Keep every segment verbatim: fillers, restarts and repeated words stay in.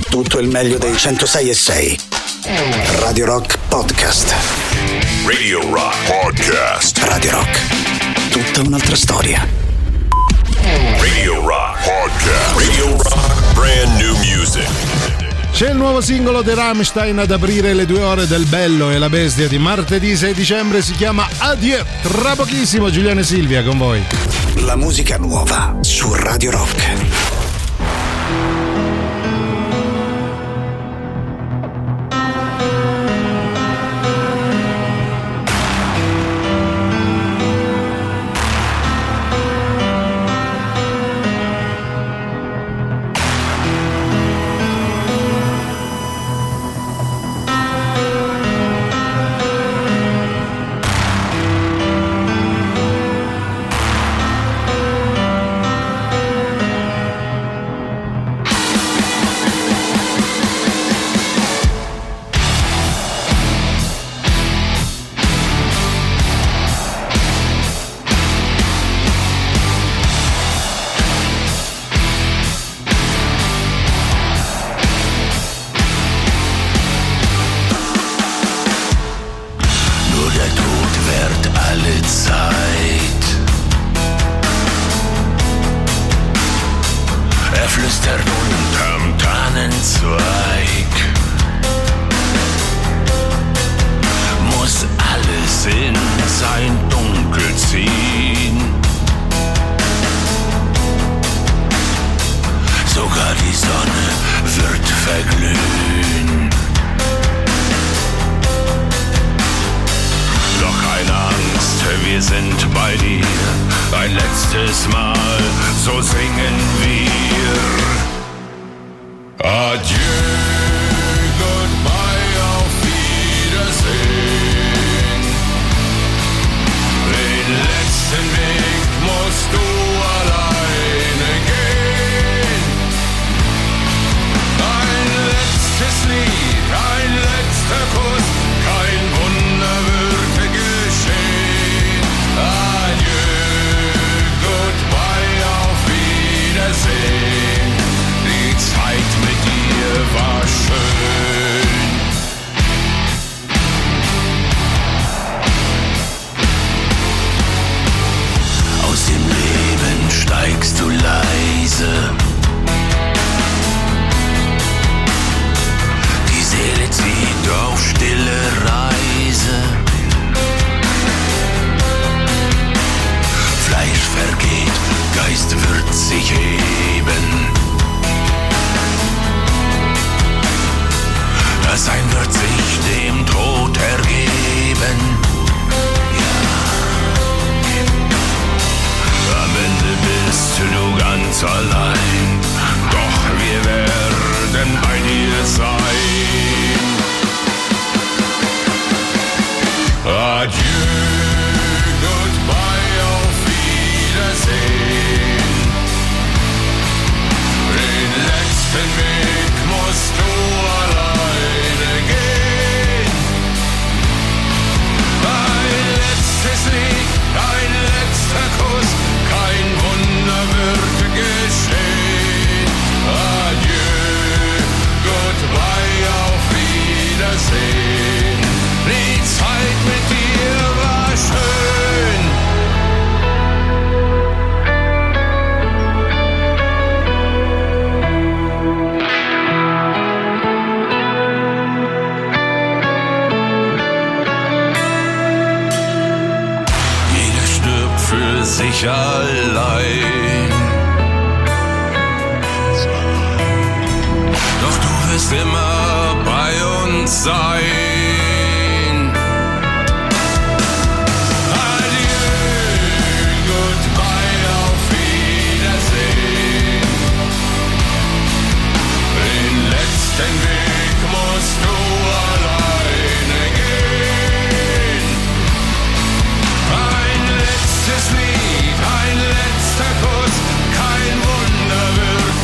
tutto il meglio dei centosei e sei. Radio Rock Podcast. Radio Rock Podcast. Radio Rock. Tutta un'altra storia. Radio Rock Podcast. Radio Rock Brand New Music. C'è il nuovo singolo dei Rammstein ad aprire le due ore del Bello e la Bestia di martedì sei dicembre, si chiama Adieu. Tra pochissimo Giuliano e Silvia con voi. La musica nuova su Radio Rock.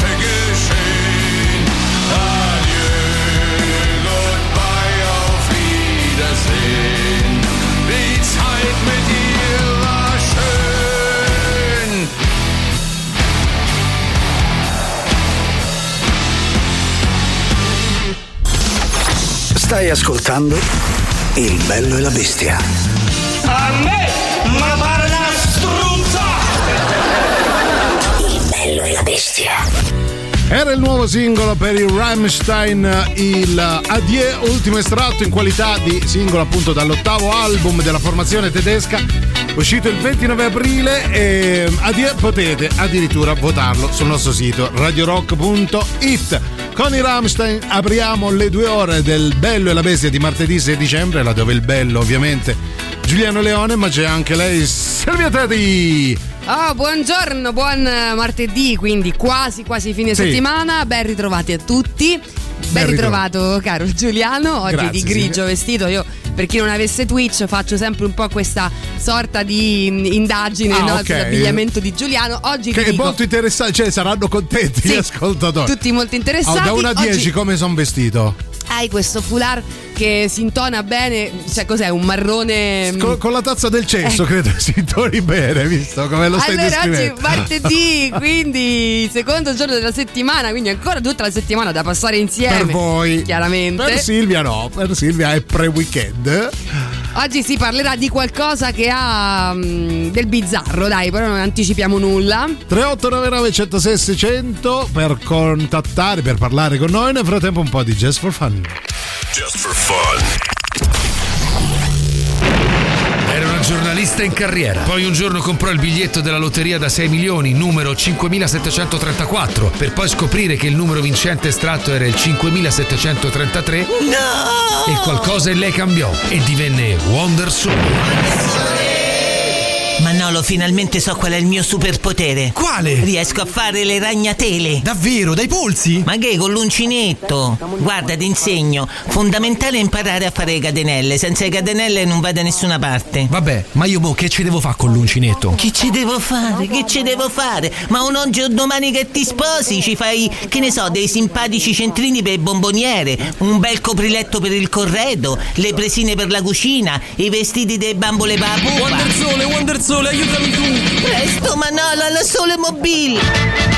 Adieu, goodbye, auf Wiedersehen. Stai ascoltando Il Bello e la Bestia. A me, ma pare una struzza! Il Bello e la Bestia. Era il nuovo singolo per il Rammstein, il Adieu, ultimo estratto in qualità di singolo appunto dall'ottavo album della formazione tedesca, uscito il ventinove aprile. E Adieu potete addirittura votarlo sul nostro sito radio rock punto it. Con i Rammstein apriamo le due ore del Bello e la Bestia di martedì sei dicembre, laddove il bello ovviamente Giuliano Leone, ma c'è anche lei Silvia Teti. Oh, buongiorno, buon martedì, quindi quasi quasi fine sì. settimana. Ben ritrovati a tutti. Ben, ben ritrovato, caro Giuliano, oggi Grazie, di grigio sì. vestito. Io, per chi non avesse Twitch, faccio sempre un po' questa sorta di indagine ah, no, okay. sull'abbigliamento di Giuliano. Oggi che è dico, molto interessante, cioè saranno contenti sì, gli ascoltatori. Tutti molto interessati. Oh, da uno a dieci oggi... come sono vestito? Hai questo foulard che si intona bene, cioè cos'è? Un marrone con, con la tazza del cesso, eh. credo si intoni bene, visto come lo stai allora, descrivendo. Oggi martedì, quindi secondo giorno della settimana, quindi ancora tutta la settimana da passare insieme. Per voi. Chiaramente. Per Silvia no, per Silvia è pre-weekend. Oggi si parlerà di qualcosa che ha um, del bizzarro, dai, però non anticipiamo nulla. tre otto nove nove uno zero sei sei zero zero per contattare, per parlare con noi. Nel frattempo un po' di Just for Fun. Just for Fun. Era una giornalista in carriera. Poi un giorno comprò il biglietto della lotteria da sei milioni, numero cinquemilasettecentotrentaquattro, per poi scoprire che il numero vincente estratto era il cinquemilasettecentotrentatré. No! E qualcosa in lei cambiò e divenne Wonder Soul. Manolo, finalmente so qual è il mio superpotere. Quale? Riesco a fare le ragnatele. Davvero? Dai polsi? Ma che, con l'uncinetto? Guarda, ti insegno. Fondamentale imparare a fare le catenelle. Senza le catenelle non vai da nessuna parte. Vabbè, ma io mo che ci devo fare con l'uncinetto? Che ci devo fare? Che ci devo fare? Ma un oggi o domani che ti sposi ci fai, che ne so, dei simpatici centrini per il bomboniere, un bel copriletto per il corredo, le presine per la cucina, i vestiti delle bambole per la pupa. Wonder Sole, Wonder Sole, aiutami tu! Presto, Manolo, alla Sole Mobile!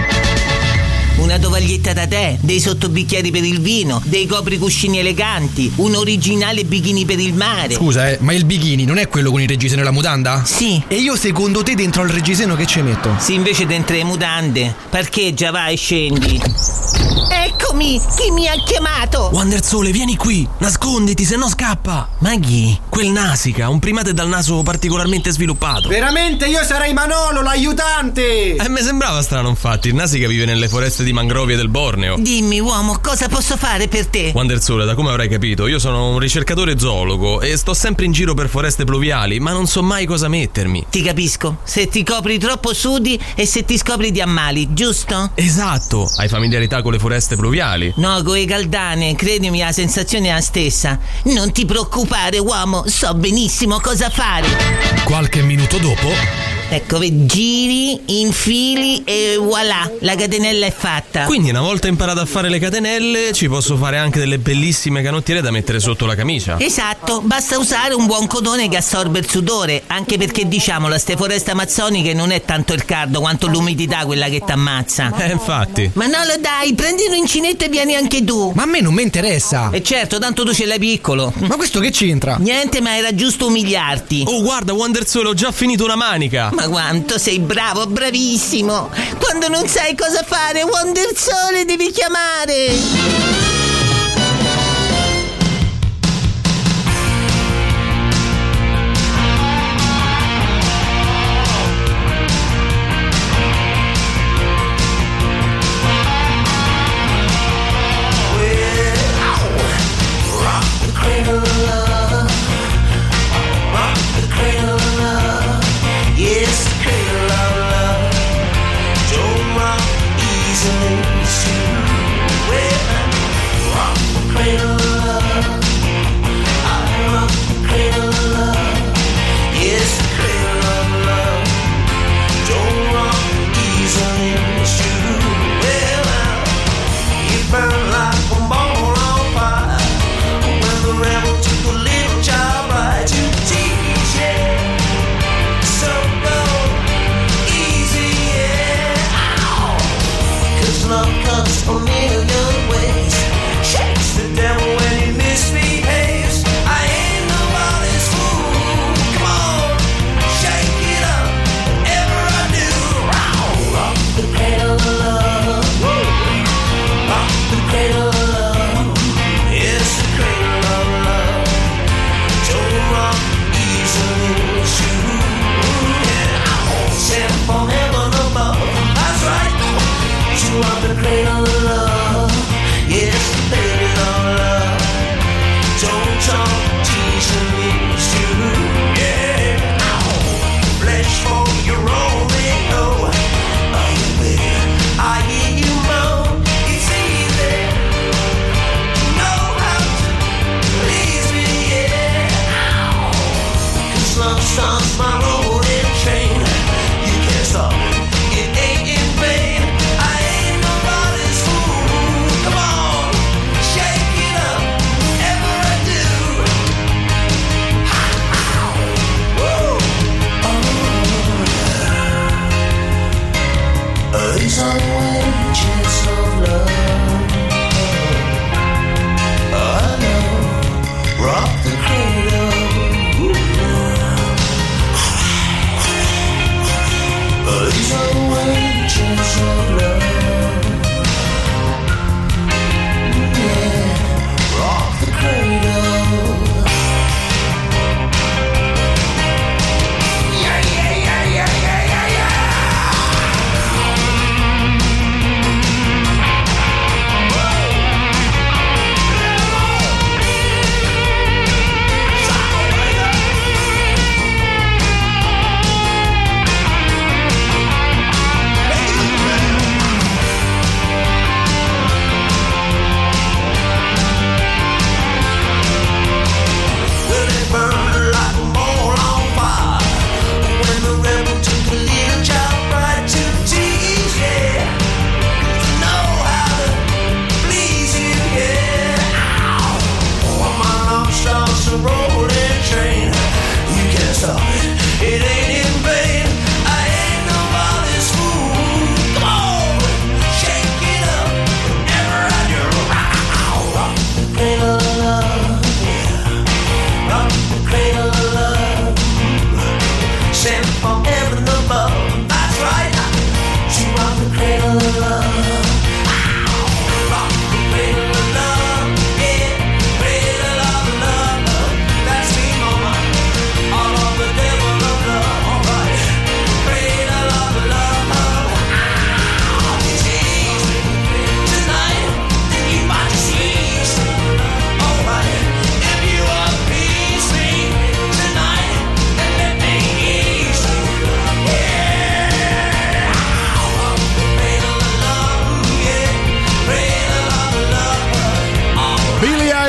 Una tovaglietta da tè, dei sottobicchieri per il vino, dei copricuscini eleganti, un originale bikini per il mare. Scusa, eh, ma il bikini non è quello con il reggiseno e la mutanda? Sì. E io secondo te dentro al reggiseno che ci metto? Sì, invece dentro le mutande. Parcheggia, vai, scendi. Eccomi, chi mi ha chiamato? Wonder Sole, vieni qui, nasconditi, se no scappa. Ma chi? Quel Nasica, un primate dal naso particolarmente sviluppato. Veramente io sarei Manolo, l'aiutante! Eh, mi sembrava strano, infatti, il Nasica vive nelle foreste di mangrovie del Borneo. Dimmi, uomo, cosa posso fare per te? Wonder Sole, da come avrai capito, io sono un ricercatore zoologo e sto sempre in giro per foreste pluviali, ma non so mai cosa mettermi. Ti capisco, se ti copri troppo sudi e se ti scopri di ammali, giusto? Esatto, hai familiarità con le foreste pluviali? No, con i caldane, credimi, la sensazione è la stessa. Non ti preoccupare, uomo, so benissimo cosa fare. Qualche minuto dopo... Ecco, giri, infili e voilà, la catenella è fatta. Quindi una volta imparato a fare le catenelle ci posso fare anche delle bellissime canottiere da mettere sotto la camicia. Esatto, basta usare un buon cotone che assorbe il sudore. Anche perché, diciamolo, ste foreste amazzoniche non è tanto il caldo quanto l'umidità quella che t'ammazza. Eh, infatti. Manolo, dai, prendi un uncinetto e vieni anche tu. Ma a me non mi interessa. E certo, tanto tu ce l'hai piccolo. Ma questo che c'entra? Niente, ma era giusto umiliarti. Oh, guarda, Wonder Sole, ho già finito una manica. Ma quanto sei bravo, bravissimo. Quando non sai cosa fare, Wonder Sole devi chiamare. Easily, well,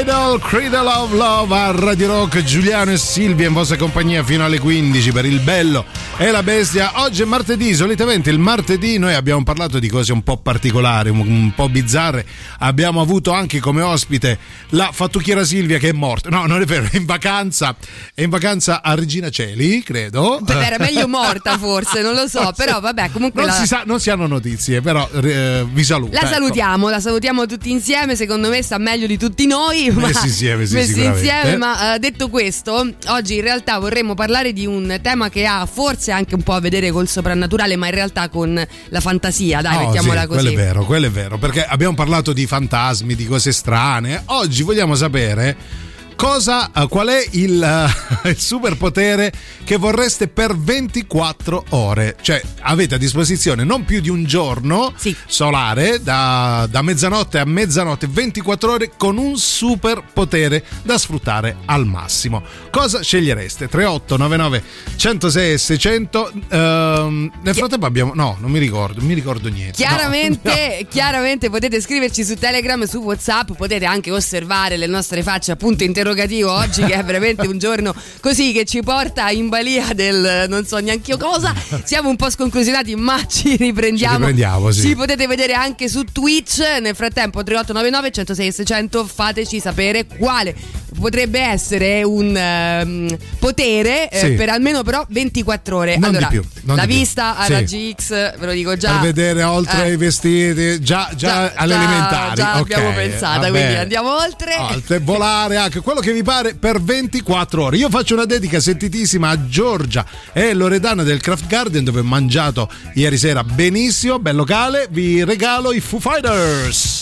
Idol, Cradle of Love a Radio Rock. Giuliano e Silvia in vostra compagnia fino alle quindici per il bello e la bestia. Oggi è martedì, solitamente il martedì noi abbiamo parlato di cose un po' particolari, un, un po' bizzarre. Abbiamo avuto anche come ospite la fattucchiera Silvia che è morta. No, non è vero, è in vacanza, è in vacanza a Regina Coeli, credo. Beh, era meglio morta forse, non lo so, però vabbè, comunque non, la... si sa, non si hanno notizie, però eh, vi saluto. La ecco. salutiamo, la salutiamo tutti insieme, secondo me sta meglio di tutti noi. Ma messi insieme, sì, messi insieme, ma eh, detto questo, oggi in realtà vorremmo parlare di un tema che ha forse anche un po' a vedere col soprannaturale, ma in realtà con la fantasia, dai, oh, mettiamola sì, così. Quello è vero, quello è vero, perché abbiamo parlato di fantasmi, di cose strane. Oggi vogliamo sapere cosa, qual è il, uh, il superpotere che vorreste per ventiquattro ore. Cioè avete a disposizione non più di un giorno sì. solare, da, da mezzanotte a mezzanotte, ventiquattro ore con un superpotere da sfruttare al massimo. Cosa scegliereste? tre otto nove nove uno zero sei seicento. Uh, nel frattempo abbiamo no, non mi ricordo, non mi ricordo niente. Chiaramente, no. chiaramente potete scriverci su Telegram, su WhatsApp, potete anche osservare le nostre facce appunto interrogativo oggi, che è veramente un giorno così che ci porta in balia del non so neanche io cosa. Siamo un po' sconclusionati, ma ci riprendiamo. Ci riprendiamo, sì. Ci potete vedere anche su Twitch. Nel frattempo tre otto nove nove uno zero sei seicento, fateci sapere quale potrebbe essere un um, potere sì. eh, per almeno però ventiquattro ore. Non allora, di più, non la di vista più. a Sì. raggi X, ve lo dico già. Per vedere oltre eh. ai vestiti, già, già, Già, alle già, elementari. già okay. abbiamo pensata, Vabbè. quindi andiamo oltre. Oltre, volare, anche quello che vi pare per ventiquattro ore. Io faccio una dedica sentitissima a Giorgia e Loredana del Craft Garden, dove ho mangiato ieri sera benissimo, bel locale. Vi regalo i Foo Fighters.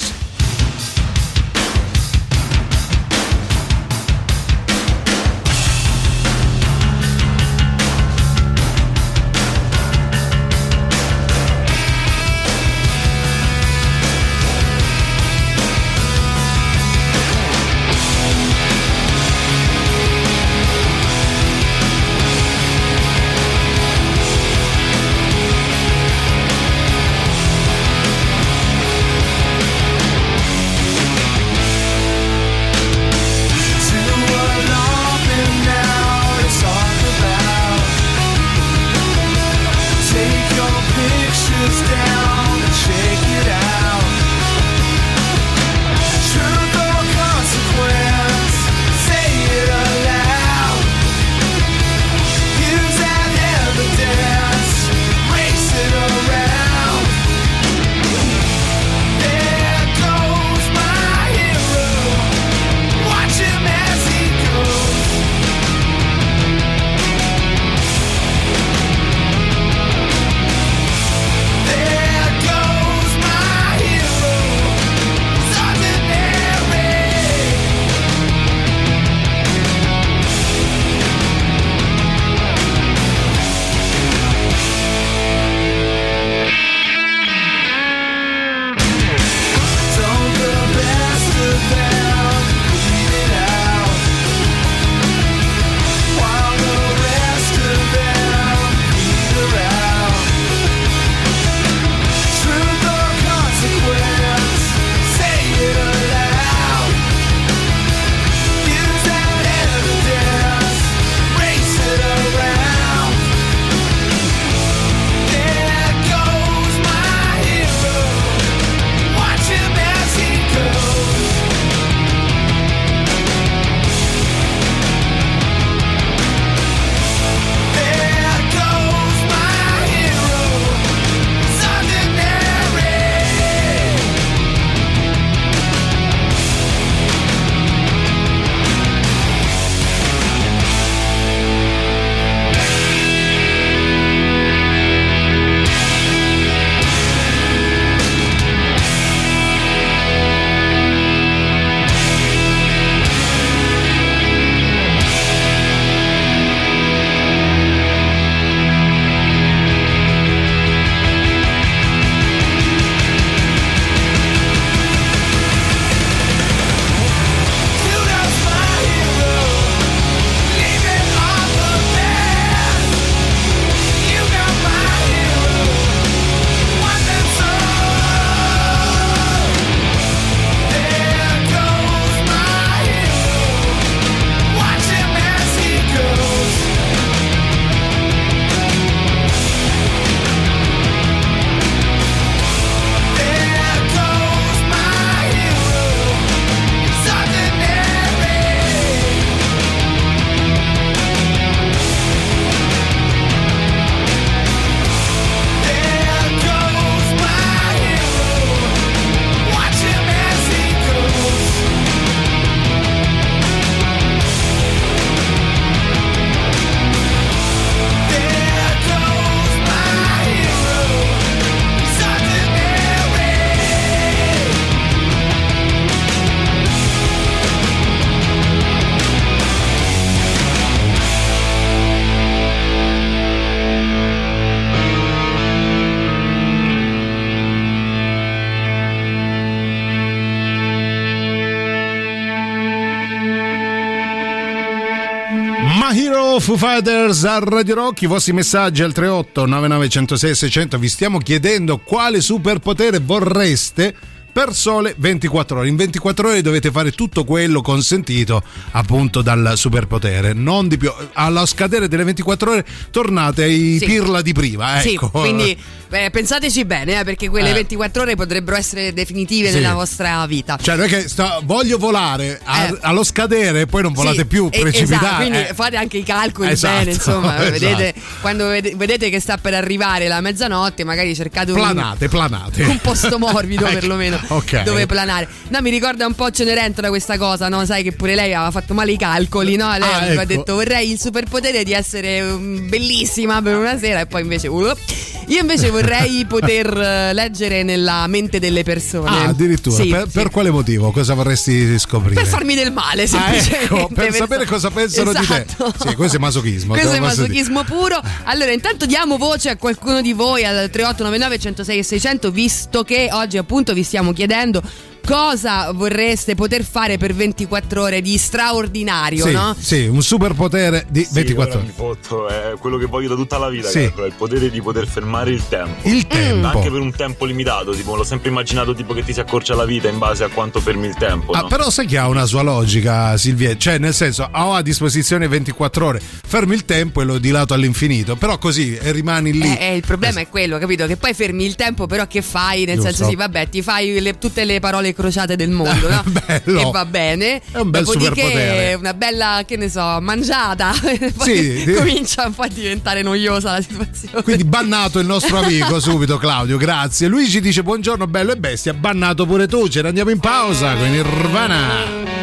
Erano Foo Fighters a Radio Rock. I vostri messaggi al tre otto nove nove uno zero sei sei zero zero. Vi stiamo chiedendo quale superpotere vorreste per sole ventiquattro ore. In ventiquattro ore dovete fare tutto quello consentito appunto dal superpotere, non di più. Allo scadere delle ventiquattro ore tornate ai sì. pirla di prima, ecco. Sì, quindi eh, pensateci bene, eh, perché quelle eh. ventiquattro ore potrebbero essere definitive sì. nella vostra vita. Cioè non è che sto, voglio volare a, eh. allo scadere e poi non volate sì. più, precipitate. Esatto, quindi eh. fate anche i calcoli esatto, bene, insomma, esatto. vedete, quando vedete che sta per arrivare la mezzanotte, magari cercate un planate, planate. un posto morbido perlomeno. Okay. Dove planare. No, mi ricorda un po' Cenerentola questa cosa, no? Sai che pure lei aveva fatto male i calcoli, no? Lei ah, aveva ecco. detto vorrei il superpotere di essere um, bellissima per una sera e poi invece uh, io invece vorrei poter uh, leggere nella mente delle persone. Ah, addirittura. Sì, per, sì. per quale motivo? Cosa vorresti scoprire? Per farmi del male, semplicemente. Ah, ecco, per, per sapere cosa pensano esatto. di te. Sì, questo è masochismo. Questo è masochismo puro. Allora, intanto diamo voce a qualcuno di voi al tre otto nove nove uno zero sei sei zero zero, visto che oggi appunto vi stiamo chiedendo cosa vorreste poter fare per ventiquattro ore di straordinario, sì, no? Sì, un superpotere di sì, ventiquattro ore. Mi fotto, è quello che voglio da tutta la vita, sì. calcola, il potere di poter fermare il tempo. Il tempo. Anche per un tempo limitato, tipo, l'ho sempre immaginato tipo che ti si accorcia la vita in base a quanto fermi il tempo. Ah, no? però sai che ha una sua logica, Silvia, cioè nel senso ho a disposizione ventiquattro ore, fermi il tempo e lo dilato all'infinito, però così e rimani lì. Eh, eh, il problema eh. è quello, capito? Che poi fermi il tempo, però che fai? Nel Giusto. senso, sì, vabbè, ti fai le, tutte le parole crociate del mondo. No? Bello. E va bene. È un bel superpotere. Una bella, che ne so, mangiata. Poi sì, comincia un po' a diventare noiosa la situazione. Quindi bannato il nostro amico subito, Claudio, grazie. Luigi dice buongiorno bello e bestia, bannato pure tu. Ce ne andiamo in pausa con Nirvana.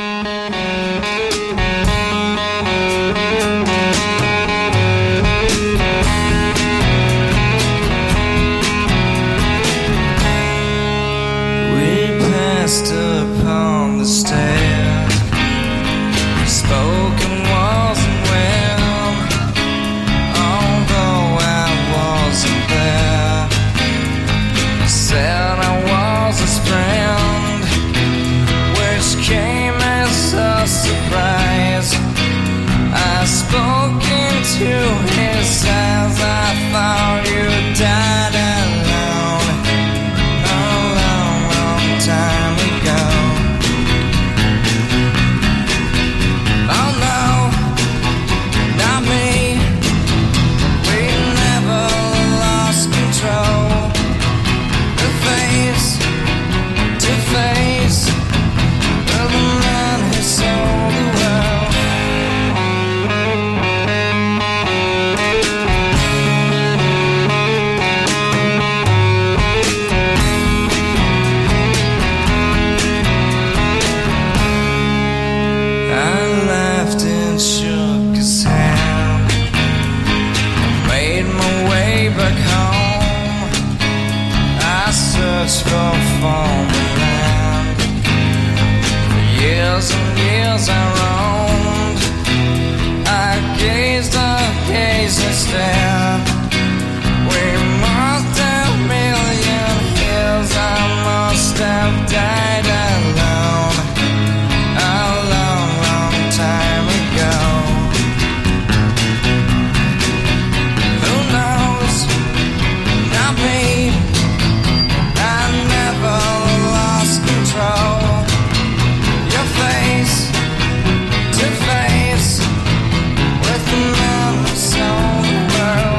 Upon the stair, spoken wasn't well, although I wasn't there. Said I was his friend, which came as a surprise. I spoke into his eyes, I thought you died alone a long, long time ago. Oh no, not me. We never lost control. The face to face of the man who sold the world. I laughed and shook his hand, made my way back home. I searched for foreign land. For years and years I roamed. I gazed, I gazed and stared. We must have a million years. I must have died alone a long, long time ago. Who knows? Not me. I never lost control. Your face to face with the man who sold the world.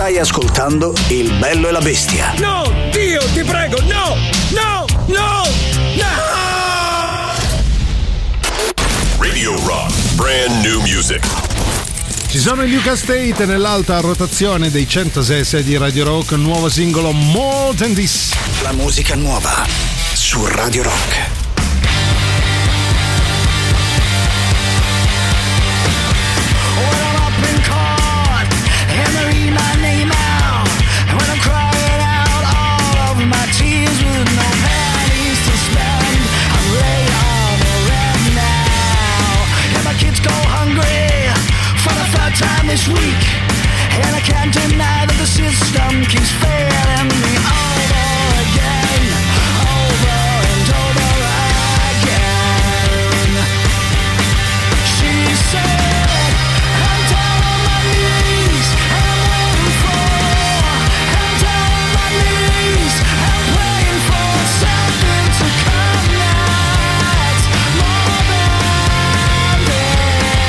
Stai ascoltando Il Bello e la Bestia. No, Dio, ti prego, no, no, no, no! Radio Rock, brand new music. Ci sono i Luca State nell'alta rotazione dei centosei e sei di Radio Rock, nuovo singolo More Than This. La musica nuova su Radio Rock. Time this week, and I can't deny that the system keeps failing me over again, over and over again. She said, I'm down on my knees, I'm waiting for, I'm down on my knees, I'm praying for something to come that's more than this.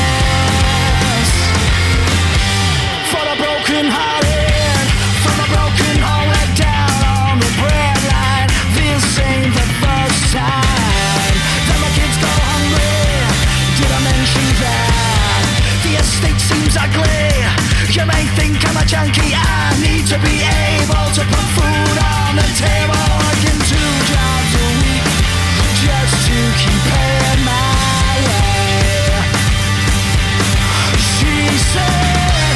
Broken hearted, from a broken home let down on the breadline. This ain't the first time that my kids go hungry. Did I mention that the estate seems ugly? You may think I'm a junkie. I need to be able to put food on the table, working two jobs a week just to keep paying my way. She said,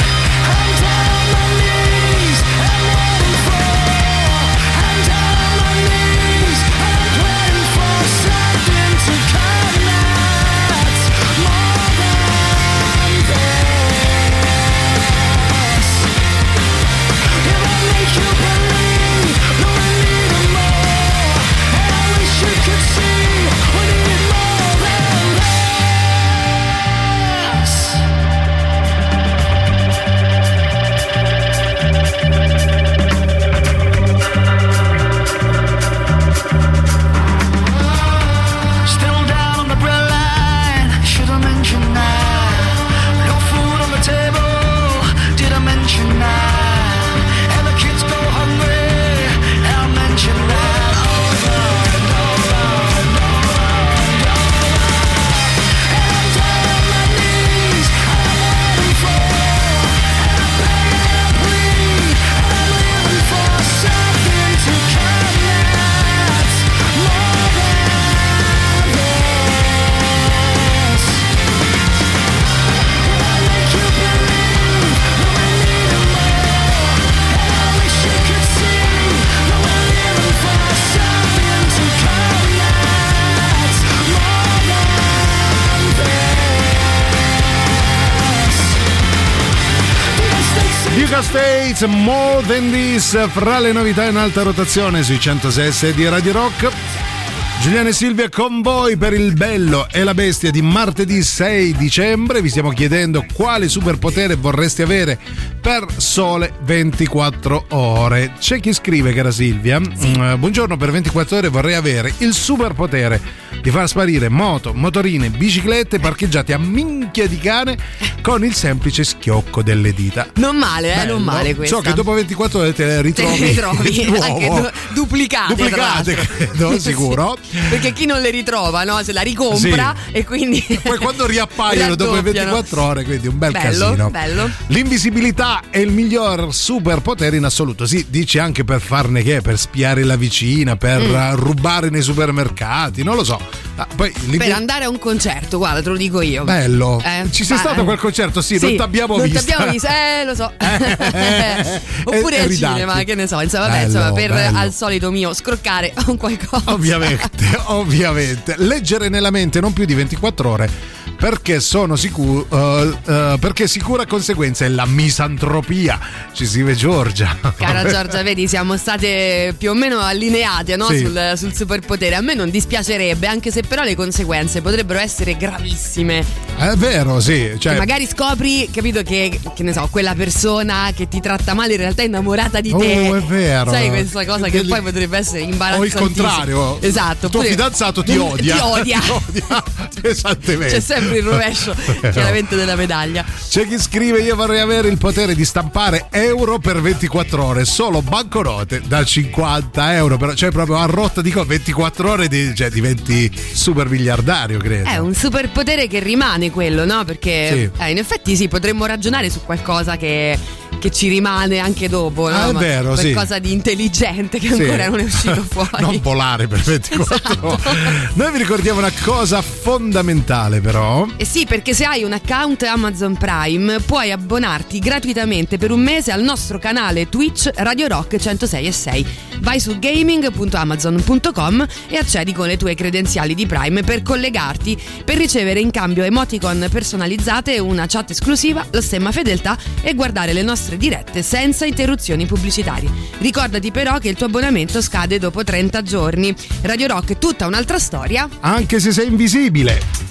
States, More Than This, fra le novità in alta rotazione sui centosei e sei di Radio Rock. Giuliano e Silvia con voi per Il Bello e la Bestia di martedì sei dicembre. Vi stiamo chiedendo quale superpotere vorreste avere per sole ventiquattro ore. C'è chi scrive, cara Silvia, sì. uh, buongiorno, per ventiquattro ore vorrei avere il superpotere di far sparire moto, motorine, biciclette parcheggiate a minchia di cane con il semplice schiocco delle dita. Non male, eh, Bello. non male questa. So che dopo ventiquattro ore te le ritrovi, te le ritrovi anche du- duplicate, duplicate credo, sicuro. Sì. Perché chi non le ritrova, no? Se la ricompra, sì. E quindi poi quando riappaiono dopo ventiquattro ore, quindi un bel bello, casino. Bello. L'invisibilità è il miglior superpotere in assoluto. Sì, dice anche per farne che, per spiare la vicina, per mm. rubare nei supermercati, non lo so. Ah, poi, per andare a un concerto, guarda, te lo dico io. Bello. Eh, Ci sei stato a quel concerto? Sì, sì, non t'abbiamo non visto. Non t'abbiamo visto, eh, lo so. Eh, Oppure al cinema, che ne so. Insomma, vabbè, bello, insomma, per bello. al solito mio scroccare un qualcosa. Ovviamente, ovviamente. Leggere nella mente non più di ventiquattro ore. Perché sono sicuro uh, uh, perché sicura conseguenza è la misantropia. Ci scrive Giorgia. Cara Giorgia, vedi, siamo state più o meno allineate, no? Sì. sul, sul superpotere. A me non dispiacerebbe, anche se però le conseguenze potrebbero essere gravissime. È vero, sì. Cioè... magari scopri, capito, che, che ne so, quella persona che ti tratta male in realtà è innamorata di te. Oh, è vero. Sai, questa cosa che, che poi potrebbe essere imbarazzantissima. O il contrario. Esatto. Tuo pure... fidanzato ti odia. Ti odia. Ti odia. Esattamente. C'è sempre il rovescio chiaramente della medaglia. C'è chi scrive: io vorrei avere il potere di stampare euro per ventiquattro ore, solo banconote da cinquanta euro, però cioè proprio a rotta di ventiquattro ore di, cioè, diventi super miliardario, credo. È un superpotere che rimane quello, no? Perché sì. eh, in effetti sì, potremmo ragionare su qualcosa che, che ci rimane anche dopo, no? Ah, è Ma vero, qualcosa sì. di intelligente che Sì. ancora non è uscito fuori. Non volare per ventiquattro ore. Esatto. Noi vi ricordiamo una cosa fondamentale, però. Eh sì, perché se hai un account Amazon Prime puoi abbonarti gratuitamente per un mese al nostro canale Twitch Radio Rock centosei e sei. Vai su gaming punto amazon punto com e accedi con le tue credenziali di Prime per collegarti, per ricevere in cambio emoticon personalizzate, una chat esclusiva, lo stemma fedeltà e guardare le nostre dirette senza interruzioni pubblicitarie. Ricordati però che il tuo abbonamento scade dopo trenta giorni. Radio Rock è tutta un'altra storia, anche se sei invisibile.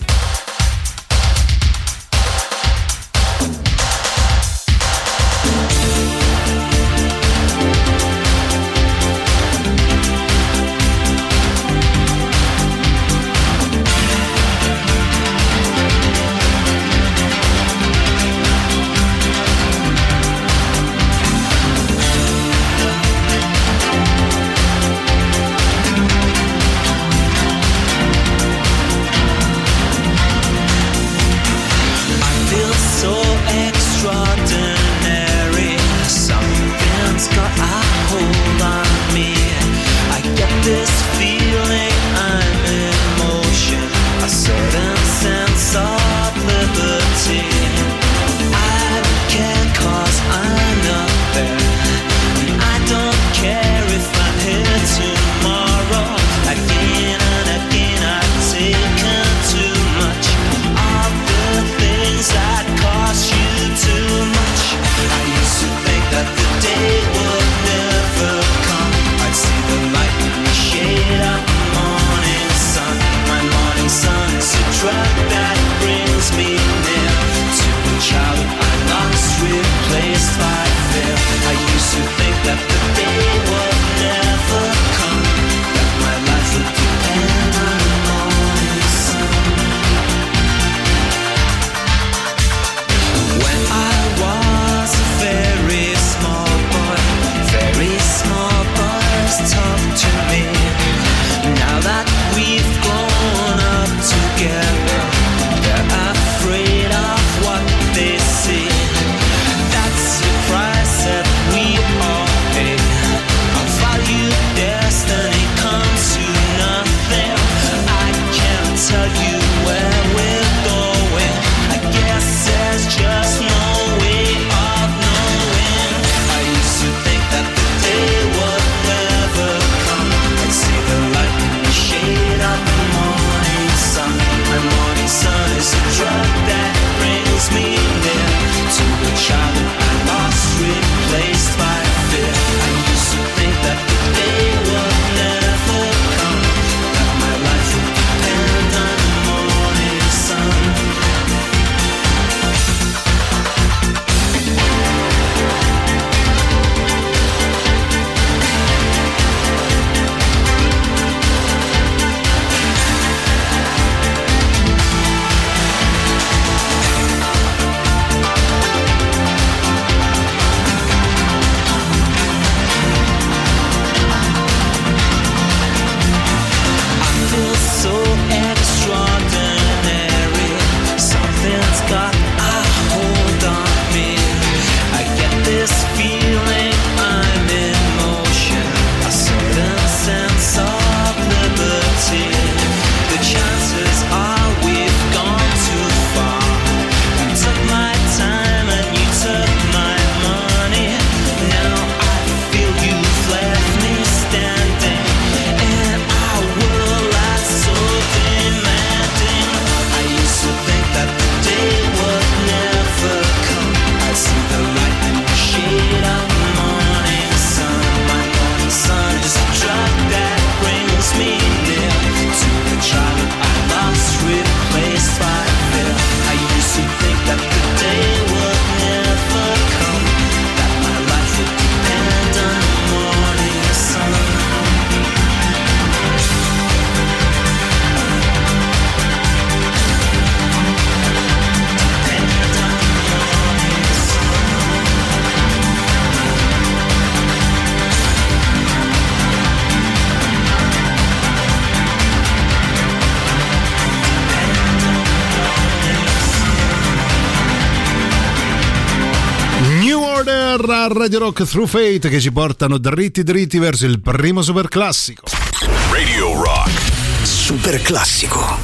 Together a Radio Rock Through Fate, che ci portano dritti dritti verso il primo super classico. Radio Rock Super classico.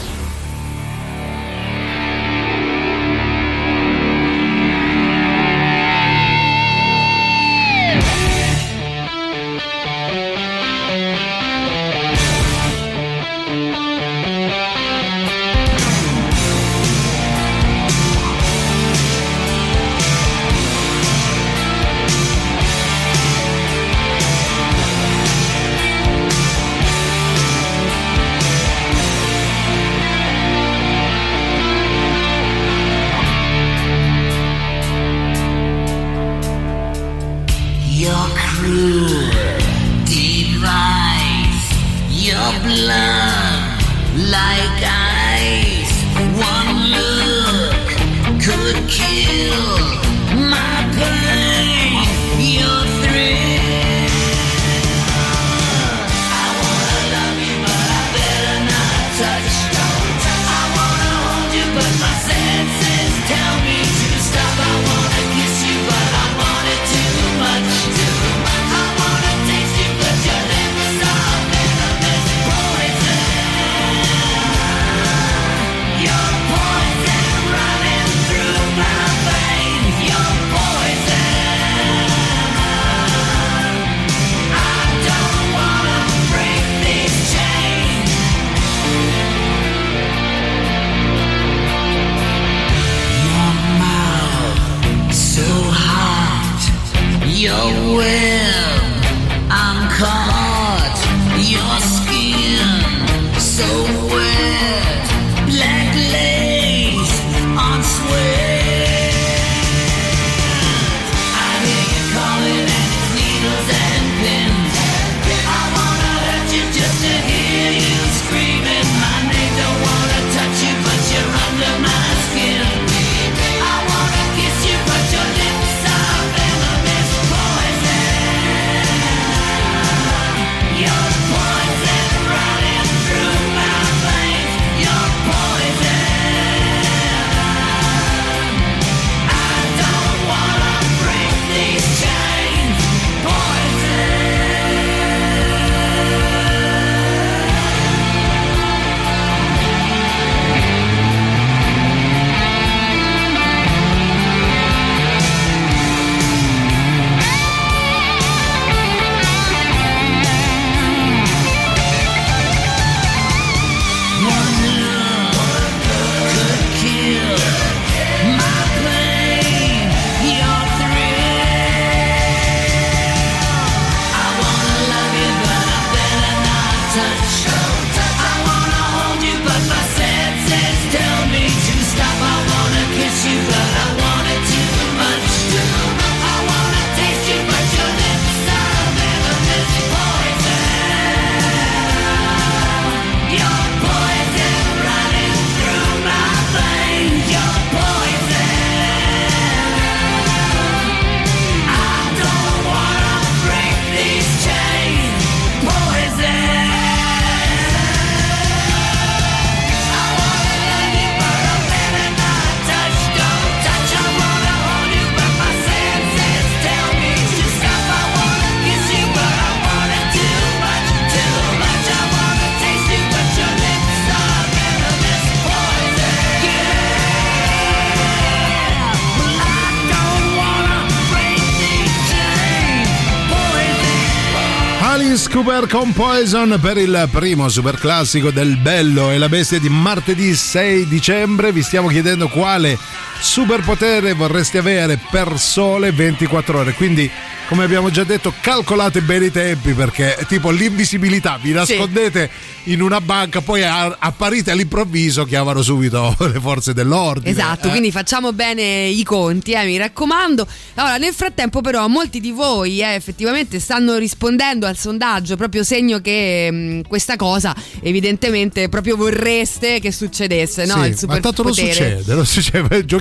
Cooper con Poison per il primo super classico del Bello e la Bestia di martedì sei dicembre. Vi stiamo chiedendo quale superpotere vorreste avere per sole ventiquattro ore, quindi come abbiamo già detto calcolate bene i tempi, perché tipo l'invisibilità, vi nascondete sì. in una banca, poi apparite all'improvviso, chiamano subito le forze dell'ordine. Esatto, eh. quindi facciamo bene i conti, eh, mi raccomando. Allora, nel frattempo però molti di voi eh, effettivamente stanno rispondendo al sondaggio, proprio segno che mh, questa cosa evidentemente proprio vorreste che succedesse, no? Sì, il super ma tanto non succede, non succede, giochiamo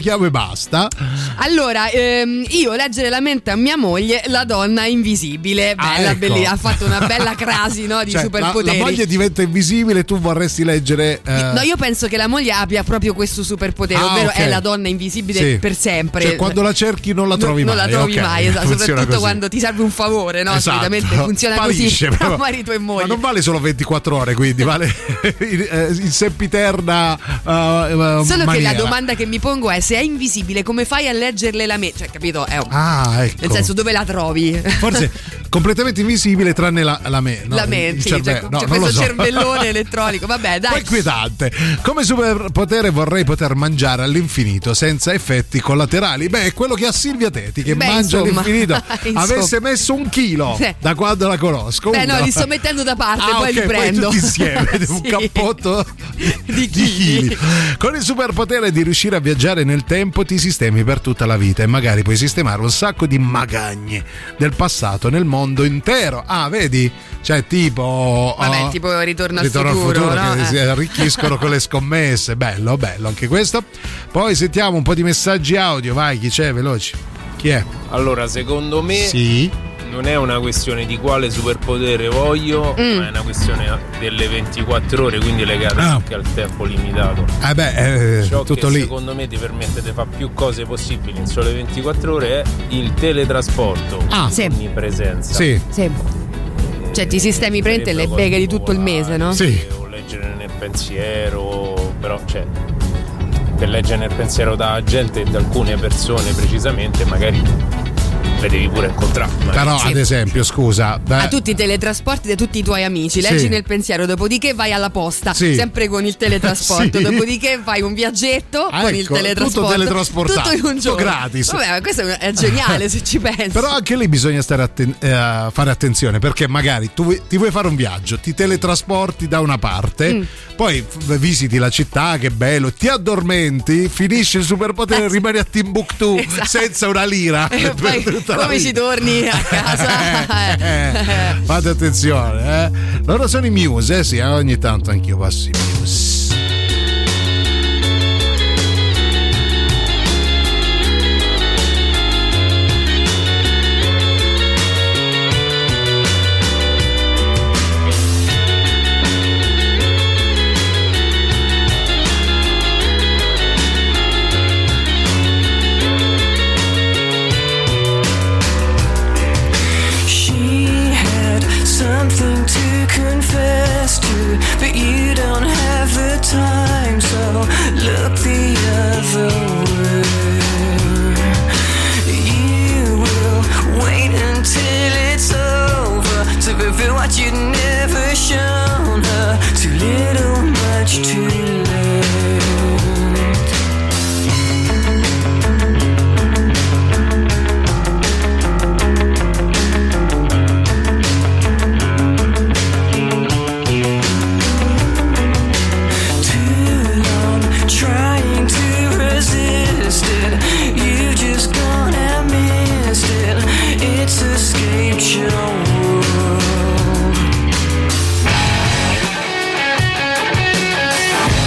chiamo e basta. Allora, ehm, io leggere la mente a mia moglie, la donna invisibile. Ah, Bella, ecco. bellissima. Ha fatto una bella crasi, no, di Cioè, superpoteri. La, la moglie diventa invisibile, tu vorresti leggere. Eh... No, io penso che la moglie abbia proprio questo superpotere, Ah, ovvero okay. è la donna invisibile Sì. per sempre. Cioè, quando la cerchi non la trovi non, mai. Non la trovi okay. mai, esatto. Funziona Soprattutto così. quando ti serve un favore, no? Esatto. Solitamente funziona Sparisce, così tra però. marito e moglie. Ma non vale solo ventiquattro ore, quindi vale in, eh, in sempiterna uh, uh, Solo maniera. che la domanda che mi pongo è: se è invisibile, come fai a leggerle la mente? Cioè, capito? È un... Ah, ecco. Nel senso, dove la trovi? Forse completamente invisibile tranne la, la mente. No? La mente, il sì, cervello. c'è, no, c'è non lo questo so. cervellone elettronico. Vabbè, dai. Poi inquietante. Come superpotere vorrei poter mangiare all'infinito senza effetti collaterali. Beh, è quello che ha Silvia Teti, che Beh, mangia insomma. all'infinito. Insomma. Avesse messo un chilo Sì. da quando la conosco. Beh, uno. no, li sto mettendo da parte, Ah, poi ok, li prendo. Poi tutti insieme, un Sì. cappotto Di di chili. Con il superpotere di riuscire a viaggiare nel tempo ti sistemi per tutta la vita e magari puoi sistemare un sacco di magagne del passato nel mondo intero. Ah, vedi? Cioè tipo Vabbè, oh, tipo Ritorno al Ritorno futuro, al futuro no? che Eh. si arricchiscono con le scommesse. Bello, bello anche questo. Poi sentiamo un po' di messaggi audio. Vai, chi c'è? Veloci. Chi è? Allora, secondo me Sì. non è una questione di quale superpotere voglio, Mm. ma è una questione delle ventiquattro ore, quindi legata Ah. anche al tempo limitato. Eh beh, eh, Ciò tutto che lì. secondo me ti permette di fare più cose possibili in sole ventiquattro ore è il teletrasporto, Ah. Sì. onnipresenza. Sì. Sì. Cioè, ti sistemi prende le beghe di tutto il mese, no? Sì. O leggere nel pensiero, però cioè per leggere nel pensiero da gente e da alcune persone precisamente magari le devi pure incontrare. magari. Però Sì. ad esempio, scusa, beh, A tutti i teletrasporti da tutti i tuoi amici, leggi Sì. nel pensiero, dopodiché vai alla posta, Sì. sempre con il teletrasporto, Sì. dopodiché fai un viaggetto Ah, con il ecco, teletrasporto. tutto teletrasportato, Tutto in un tutto giorno. gratis. Vabbè, ma questo è geniale se ci pensi. Però anche lì bisogna stare atten- eh, fare attenzione, perché magari tu vuoi- ti vuoi fare un viaggio, ti teletrasporti da una parte, Mm. poi f- visiti la città, che bello, ti addormenti, finisce il superpotere e rimani a Timbuktu Esatto. senza una lira. E poi per tutta la come ci vita. torni a casa? Eh, fate attenzione, eh. Loro sono i Muse, eh sì, ogni tanto anch'io passo i Muse. She had something to confess to, but you don't have the time, so look the other way. You will wait until it's over to reveal what you'd never shown her. Too little, much too late. Too long trying to resist it. You just gone and missed it. It's escaped your world.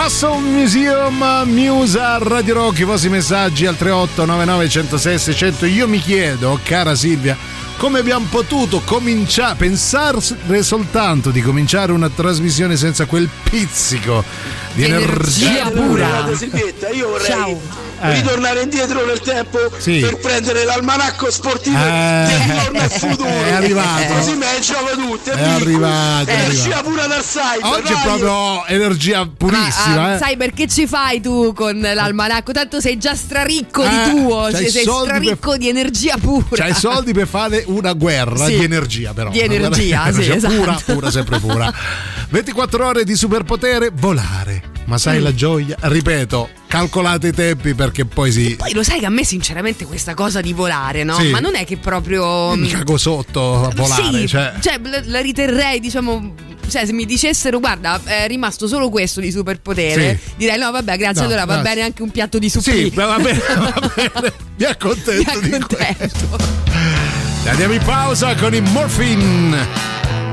Muscle Museum, Musa, Radio Rock, i vostri messaggi al tre otto nove nove uno zero sei sei zero zero. Io mi chiedo, cara Silvia, come abbiamo potuto cominciare, pensare soltanto di cominciare una trasmissione senza quel pizzico di energia, energia pura. Silvietta, io vorrei Ciao. Eh. ritornare indietro nel tempo sì. per prendere l'almanacco sportivo eh. di Ritorno al futuro. È arrivato. Così me ne gioco tutte. È arrivato. Energia pura dal cyber. Oggi è proprio energia purissima. Ma, ah, eh. sai perché ci fai tu con l'almanacco? Tanto sei già straricco eh, di tuo, cioè sei straricco per... di energia pura. C'hai soldi per fare una guerra sì. di energia, però. Di energia, energia sì, esatto. Pura, pura, sempre pura. ventiquattro ore di superpotere, volare. Ma sai mm. la gioia? Ripeto, calcolate i tempi perché poi si... Poi lo sai che a me sinceramente questa cosa di volare, no? Sì. Ma non è che proprio... Mi cago sotto a volare, sì, cioè... cioè la riterrei, diciamo... Cioè, se mi dicessero, guarda, è rimasto solo questo di superpotere, sì. direi no, vabbè, grazie, no, allora va grazie. bene anche un piatto di supplì. Sì, va bene, va bene. Mi accontento, mi accontento. di questo. Andiamo in pausa con i Morphine.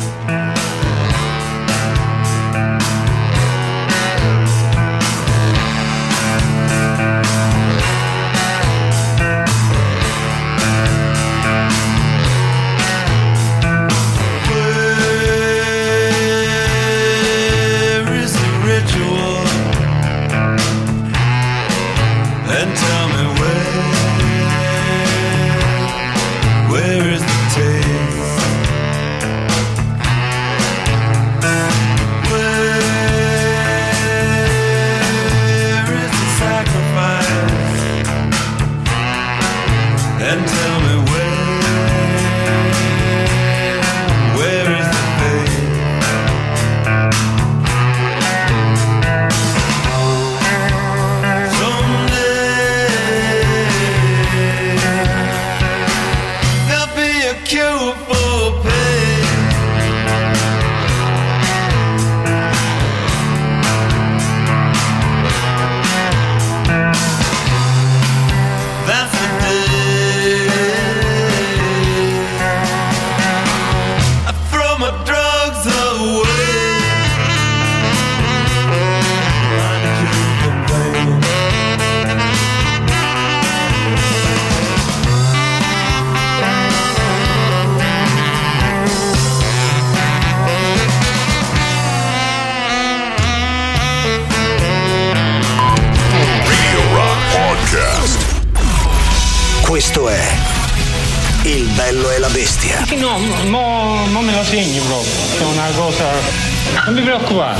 Questo è Il Bello e la Bestia. No, mo, mo me lo segni proprio. È una cosa. Non mi preoccupare.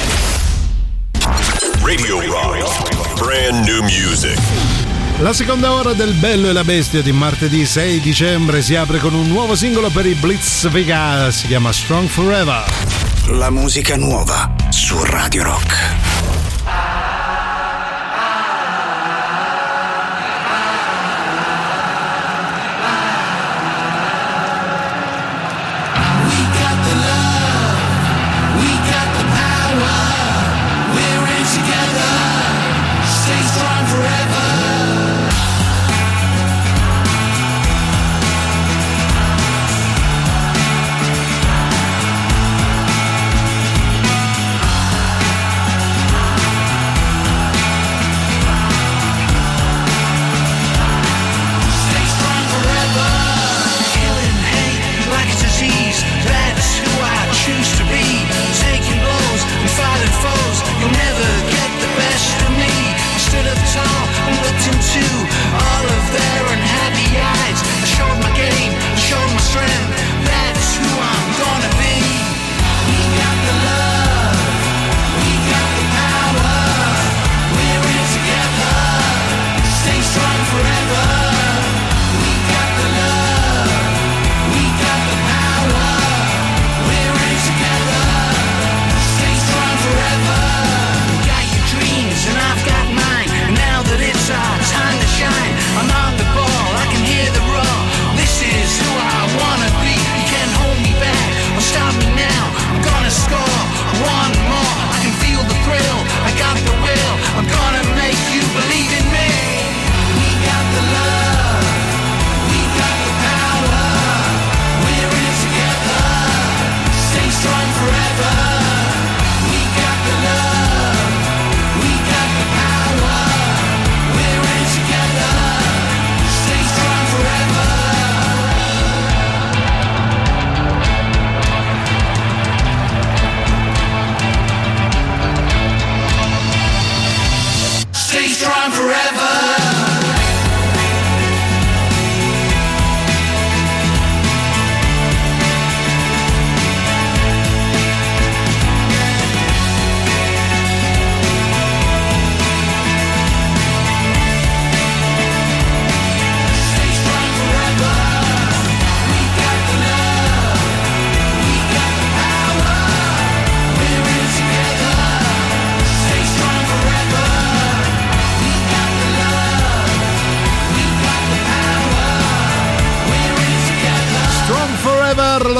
Radio Rock, brand new music. La seconda ora del Bello e la Bestia di martedì sei dicembre si apre con un nuovo singolo per i Blitz Vegas, si chiama Strong Forever. La musica nuova su Radio Rock. We'll be right back.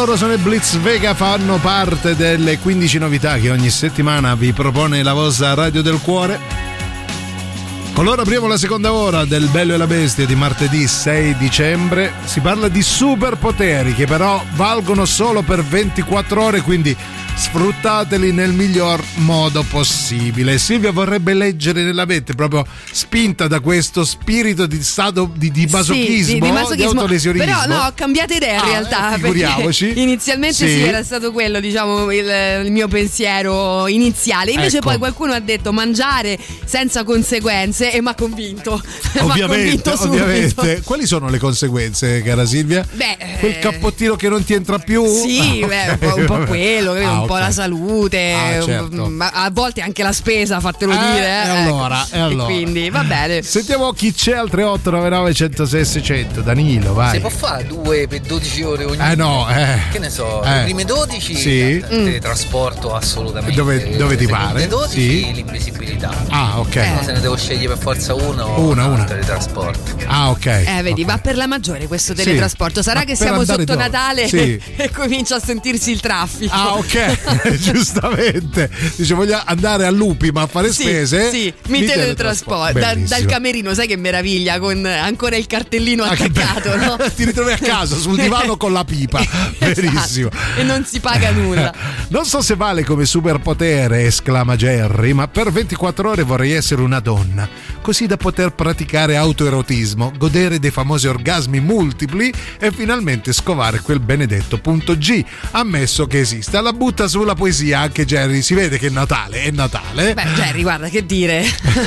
Loro sono i Blitz Vega, fanno parte delle quindici novità che ogni settimana vi propone la vostra Radio del Cuore. Con loro apriamo la seconda ora del Bello e la Bestia di martedì sei dicembre. Si parla di superpoteri che però valgono solo per ventiquattro ore, quindi sfruttateli nel miglior modo possibile. Silvia vorrebbe leggere nella mente, proprio spinta da questo spirito di stato di, di masochismo, sì, di, di, masochismo. di autolesionismo. Però no, ho cambiato idea in ah, realtà. Figuriamoci. Inizialmente sì. sì, era stato quello, diciamo, il, il mio pensiero iniziale. Invece ecco. poi qualcuno ha detto mangiare senza conseguenze e mi ha convinto. Ovviamente, m'ha convinto ovviamente. Quali sono le conseguenze, cara Silvia? Beh, quel cappottino che non ti entra più? Sì, ah, beh, okay. un, po', un po' quello, ah, un okay. po' la salute, ah, certo. ma a volte anche la spesa, fatelo eh, dire. E eh. allora, ecco. e allora. E quindi va bene. Sentiamo chi c'è al tre otto nove nove uno zero sei sei zero zero. Danilo, vai. Si può fare due per dodici ore ogni Eh no, eh. Che ne so, eh. le prime dodici sì. teletrasporto assolutamente. Dove, dove ti pare? Le dodici sì. l'invisibilità. Ah, ok. Eh. No, se ne devo scegliere per forza uno, una, una. teletrasporto. Ah, ok. Eh, vedi, okay. va per la maggiore questo teletrasporto. Sarà Ma che siamo sotto dove? Natale sì. e comincia a sentirsi il traffico. Ah, ok. Giustamente. Dice, voglio andare a Lupi, ma a fare sì, spese. Sì, mi, mi teletrasporto. Da, dal camerino, sai che meraviglia, con ancora il cartellino ah, attaccato, no? Ti ritrovi a casa sul divano con la pipa. Verissimo. Esatto. E non si paga nulla. Non so se vale come superpotere, esclama Jerry, ma per ventiquattro ore vorrei essere una donna, così da poter praticare autoerotismo, godere dei famosi orgasmi multipli e finalmente scovare quel benedetto punto G. Ammesso che esista. La butta sulla poesia anche Jerry, si vede che è Natale, è Natale. Beh, Jerry, guarda, che dire.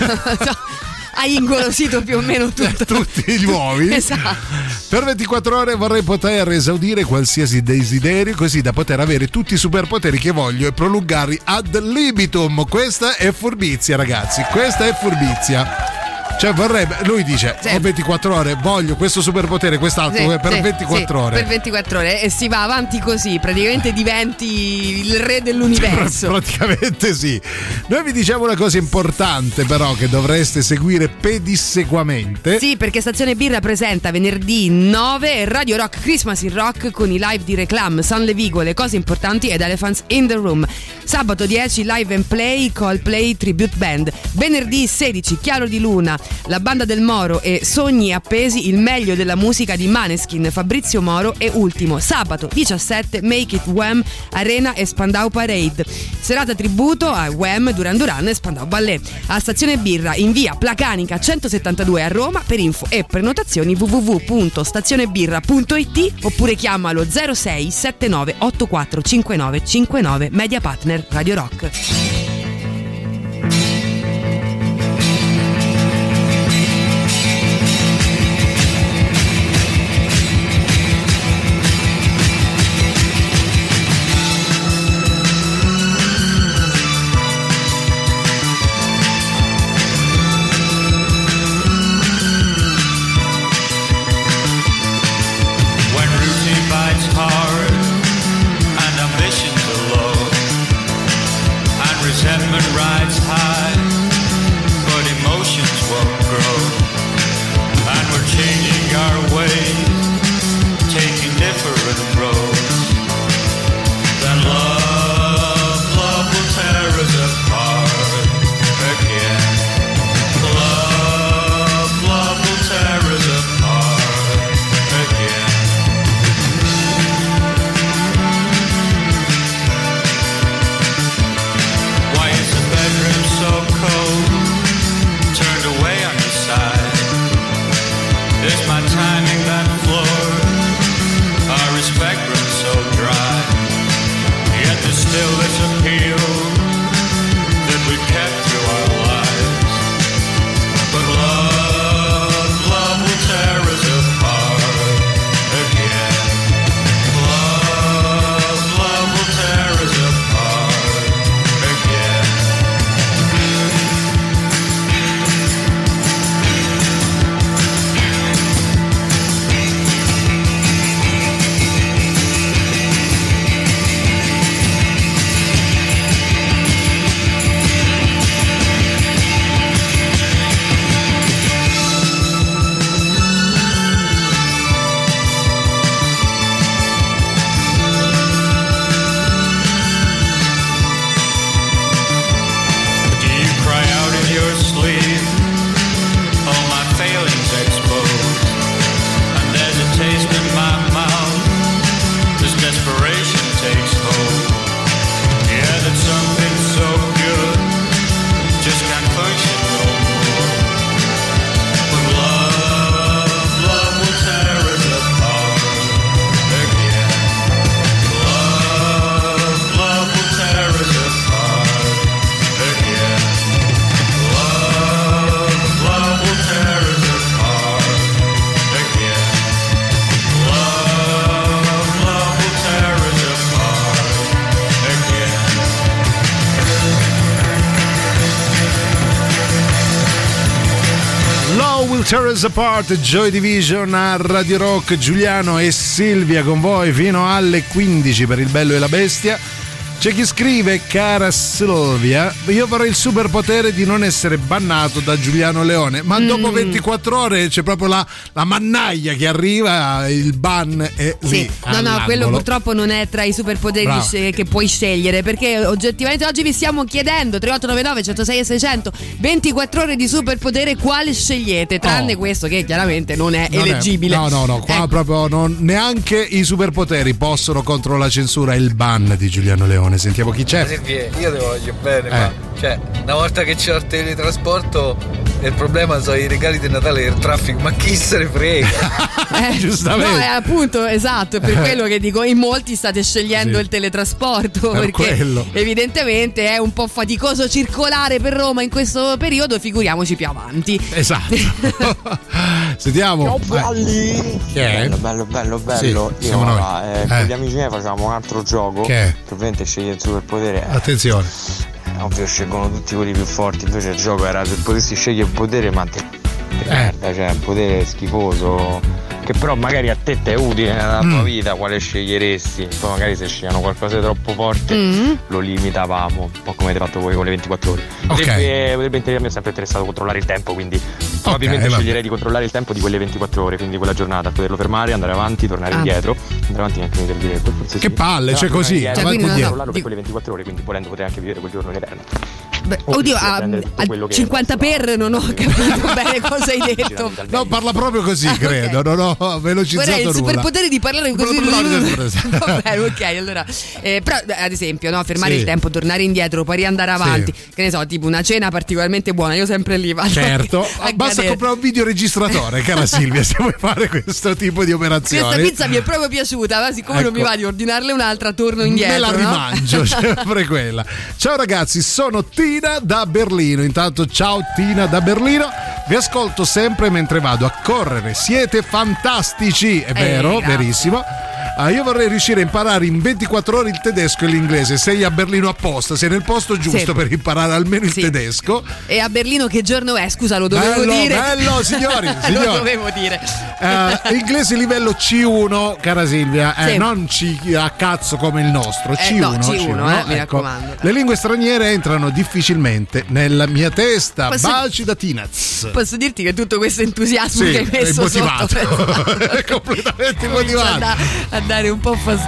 Hai ingolosito più o meno tutto. tutti gli uomini. Esatto. Per ventiquattro ore vorrei poter esaudire qualsiasi desiderio, così da poter avere tutti i superpoteri che voglio e prolungarli ad libitum. Questa è furbizia, ragazzi, questa è furbizia. Cioè vorrebbe, lui dice sì. ho ventiquattro ore, voglio questo superpotere, quest'altro sì, per sì, ventiquattro sì, ore. Per ventiquattro ore e si va avanti così, praticamente diventi il re dell'universo. Pr- praticamente sì. Noi vi diciamo una cosa importante però che dovreste seguire pedissequamente. Sì, perché Stazione Birra presenta venerdì nove Radio Rock Christmas in Rock con i live di Reclam, San Levigo, Le Cose Importanti ed Elephants in the Room. Sabato dieci Live and Play Coldplay Tribute Band. Venerdì sedici Chiaro di Luna, La Banda del Moro e Sogni Appesi, il meglio della musica di Maneskin, Fabrizio Moro e Ultimo. Sabato diciassette Make It Wham, Arena e Spandau Parade. Serata tributo a Wham, Duran Duran e Spandau Ballet. A Stazione Birra in via Placanica centosettantadue a Roma. Per info e prenotazioni w w w punto stazionebirra punto i t oppure chiamalo zero sei sette nove otto quattro cinque nove cinque nove. Media Partner Radio Rock. Resentment We'll Tear Us Apart, Joy Division a Radio Rock. Giuliano e Silvia con voi fino alle quindici per il Bello e la Bestia. C'è chi scrive: cara Silvia, io vorrei il superpotere di non essere bannato da Giuliano Leone, ma mm. dopo ventiquattro ore c'è proprio la, la mannaia che arriva, il ban è lì. Sì, no, no, quello purtroppo non è tra i superpoteri che puoi scegliere, perché oggettivamente oggi vi stiamo chiedendo tre otto nove nove uno zero sei sei zero zero ventiquattro ore di superpotere, quale scegliete? Tranne oh. questo che chiaramente non è non eleggibile. È, no, no, no, qua eh. proprio non, neanche i superpoteri possono contro la censura il ban di Giuliano Leone. Sentiamo chi c'è. Silvia, io te voglio bene, eh. ma cioè, una volta che c'è il teletrasporto, il problema sono i regali di Natale e il traffico, ma chi se ne frega? eh, Giustamente. No, è appunto, esatto, è per quello che dico, in molti state scegliendo sì. il teletrasporto, per perché quello. evidentemente è un po' faticoso circolare per Roma in questo periodo, figuriamoci più avanti. Esatto. Sentiamo. Ciao belli. Che è? Bello, bello, bello, bello. Sì, io noi. Eh, Eh. con gli amici miei facciamo un altro gioco. Che è? Che ovviamente sceglie il superpotere. Eh. Attenzione. Ovvio scelgono tutti quelli più forti, invece il gioco era se potessi scegliere un potere ma te, te merda, cioè un potere schifoso che però magari a te ti è utile nella tua mm. vita, quale sceglieresti? Poi magari se scegliano qualcosa di troppo forte mm. lo limitavamo, un po' come avete fatto voi con le ventiquattro ore. Okay. Potrebbe, potrebbe a me è sempre interessato controllare il tempo, quindi probabilmente okay, sceglierei di controllare il tempo di quelle ventiquattro ore, quindi quella giornata, poterlo fermare, andare avanti, tornare ah. indietro, andare avanti neanche per dire forse che sì. palle, cioè così, indietro, cioè, controllarlo no, no. per quelle ventiquattro ore, quindi volendo poter anche vivere quel giorno in eterno. Beh, oddio, a, a cinquanta per non ho capito bene cosa hai detto. No, parla proprio così, credo. Okay. Non ho velocizzato Vorrei il nulla. superpotere di parlare così. Va bene, ok, allora. Eh, però, ad esempio, no, fermare sì. il tempo, tornare indietro, poi riandare avanti. Sì. Che ne so, tipo una cena particolarmente buona, io sempre lì vado. Certo, a basta cadere. comprare un videoregistratore, cara Silvia, se vuoi fare questo tipo di operazioni. Questa pizza mi è proprio piaciuta, ma siccome ecco. non mi va di ordinarle un'altra, torno indietro. Me la no? rimangio, sempre quella. Ciao ragazzi, sono Tina da Berlino. Intanto ciao Tina da Berlino, vi ascolto sempre mentre vado a correre, siete fantastici, è vero, eh, verissimo. Ah, io vorrei riuscire a imparare in ventiquattro ore il tedesco e l'inglese. Sei a Berlino apposta, sei nel posto giusto sì. per imparare almeno il sì. tedesco. E a Berlino che giorno è? Scusa, lo dovevo bello, dire. Bello, signori, signori. Lo dovevo dire. Uh, inglese livello C uno, cara Silvia, eh, sì. non C a cazzo come il nostro, C uno. Eh, no, C uno, C uno eh, mi ecco. raccomando. Le lingue straniere entrano difficilmente nella mia testa. Posso, Baci da Tinaz. Posso dirti che tutto questo entusiasmo sì, che hai messo è motivato. sotto è completamente motivato. A, a dare un po' fastidio.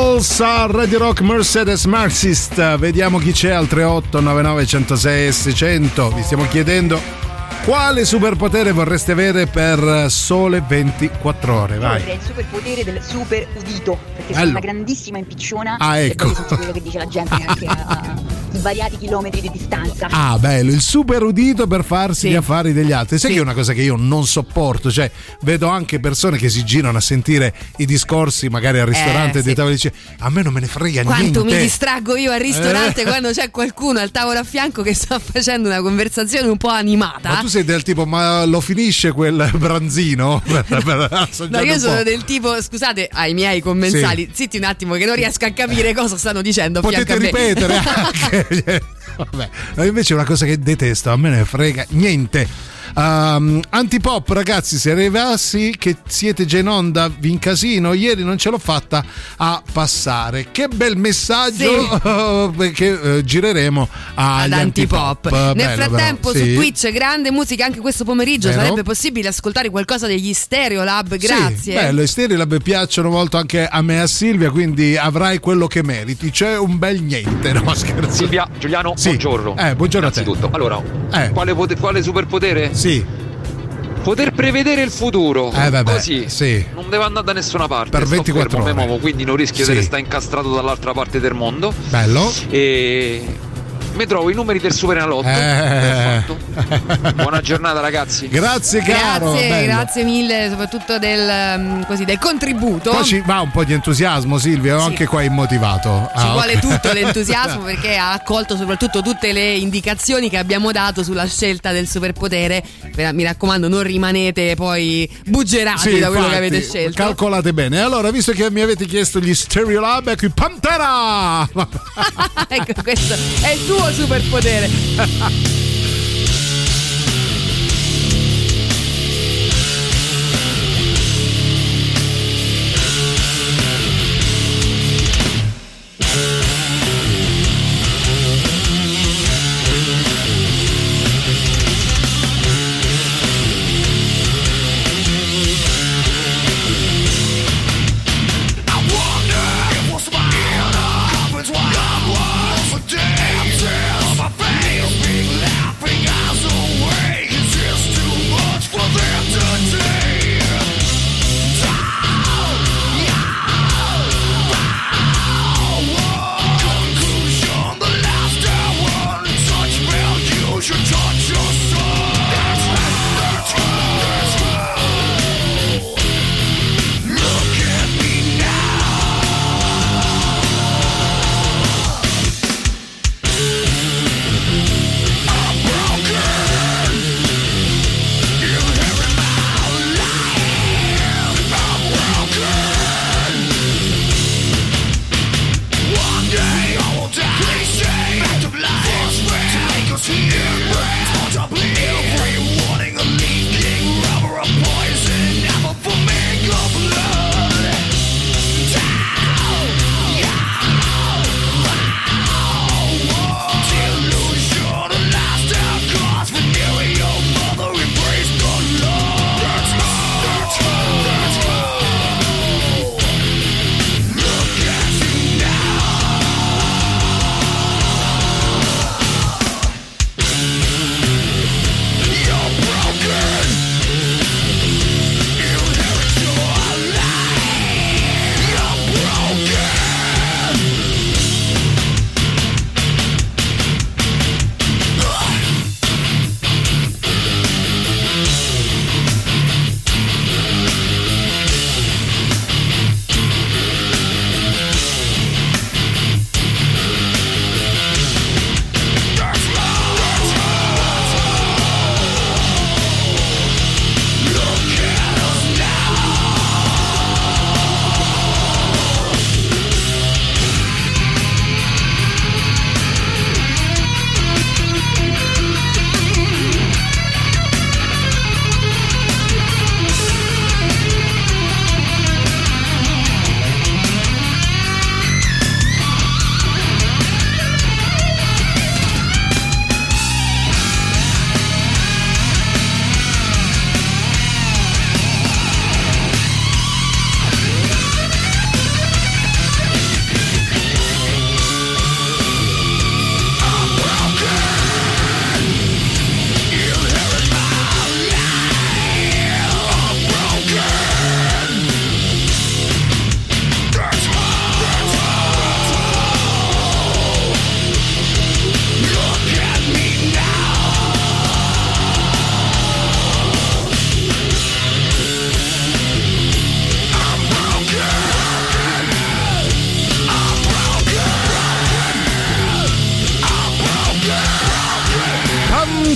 Beatles a Radio Rock Mercedes Marxist. Vediamo chi c'è al tre otto nove nove uno zero sei seicento. Vi stiamo chiedendo quale superpotere vorreste avere per sole ventiquattro ore. Vai. Il superpotere del super udito, perché sono Bello. una grandissima impicciona. Ah, ecco. E poi senti quello che dice la gente anche a svariati chilometri di distanza. Ah, bello, il super udito per farsi Sì. gli affari degli altri. Sai Sì. che è una cosa che io non sopporto, cioè vedo anche persone che si girano a sentire i discorsi magari al ristorante Eh, dei sì. tavoli, dice a me non me ne frega Quanto niente. mi distraggo io al ristorante Eh. quando c'è qualcuno al tavolo a fianco che sta facendo una conversazione un po' animata. Ma tu sei del tipo, ma lo finisce quel branzino? Per, per No, assaggiare io un sono po'? del tipo, scusate, ai miei commensali, Sì. zitti un attimo che non riesco a capire cosa stanno dicendo a fianco Potete a me. ripetere anche. Vabbè, no, invece è una cosa che detesto, a me ne frega niente. Um, Antipop, ragazzi, se arrivassi che siete già in onda vi incasino, ieri non ce l'ho fatta a passare. Che bel messaggio Sì. che eh, gireremo agli Ad Antipop. Antipop. Nel Bello, frattempo però. su Sì. Twitch grande musica anche questo pomeriggio. Vero? Sarebbe possibile ascoltare qualcosa degli Stereolab, grazie. Sì, bello, i Stereolab piacciono molto anche a me e a Silvia, quindi avrai quello che meriti. C'è un bel niente, no scherzo. Silvia, Giuliano, Sì. buongiorno. Eh, buongiorno a te. Innanzitutto, allora, Eh. quale, pote- quale superpotere? Sì. Poter prevedere il futuro. Eh, vabbè, Così sì. non devo andare da nessuna parte. Per Sto ventiquattro fermo, ore. mi muovo, quindi non rischio Sì. di restare incastrato dall'altra parte del mondo. Bello. E mi trovo i numeri del Superenalotto. Eh. Buona giornata, ragazzi. Grazie caro. Grazie, bello. grazie mille soprattutto del, um, così, del contributo. Poi ci va un po' di entusiasmo, Silvia, o Sì. anche qua immotivato. Ci Ah, vuole ok. tutto l'entusiasmo perché ha accolto soprattutto tutte le indicazioni che abbiamo dato sulla scelta del superpotere. Per- Mi raccomando, non rimanete poi buggerati Sì, da quello infatti, che avete scelto. calcolate bene. Allora, visto che mi avete chiesto gli Stereolab, ecco i Pantera! Ecco, questo è il tuo superpotere. Damn, my face, big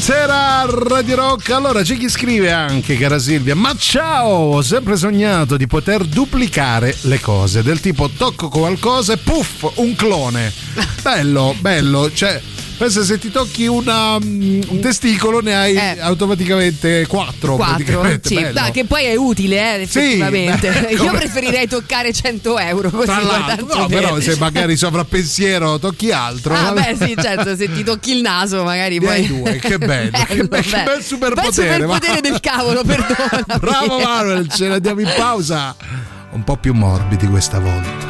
Buonasera Radio Rock. Allora c'è chi scrive anche, cara Silvia: ma ciao, ho sempre sognato di poter duplicare le cose, del tipo tocco qualcosa e puff, un clone. Bello, bello, cioè pensa, se ti tocchi una, un testicolo ne hai eh. automaticamente quattro. Quattro, sì, da, che poi è utile, eh, effettivamente. Sì, beh, io preferirei toccare cento euro così. Tra l'altro, no, però se magari sovrappensiero tocchi altro. Ah, beh, sì, certo, se ti tocchi il naso magari ne poi. Hai due, che bello, bello, che, bello. Che bel superpotere. Bel superpotere del cavolo, perdona. Bravo Manuel, ce ne andiamo in pausa. Un po' più morbidi questa volta.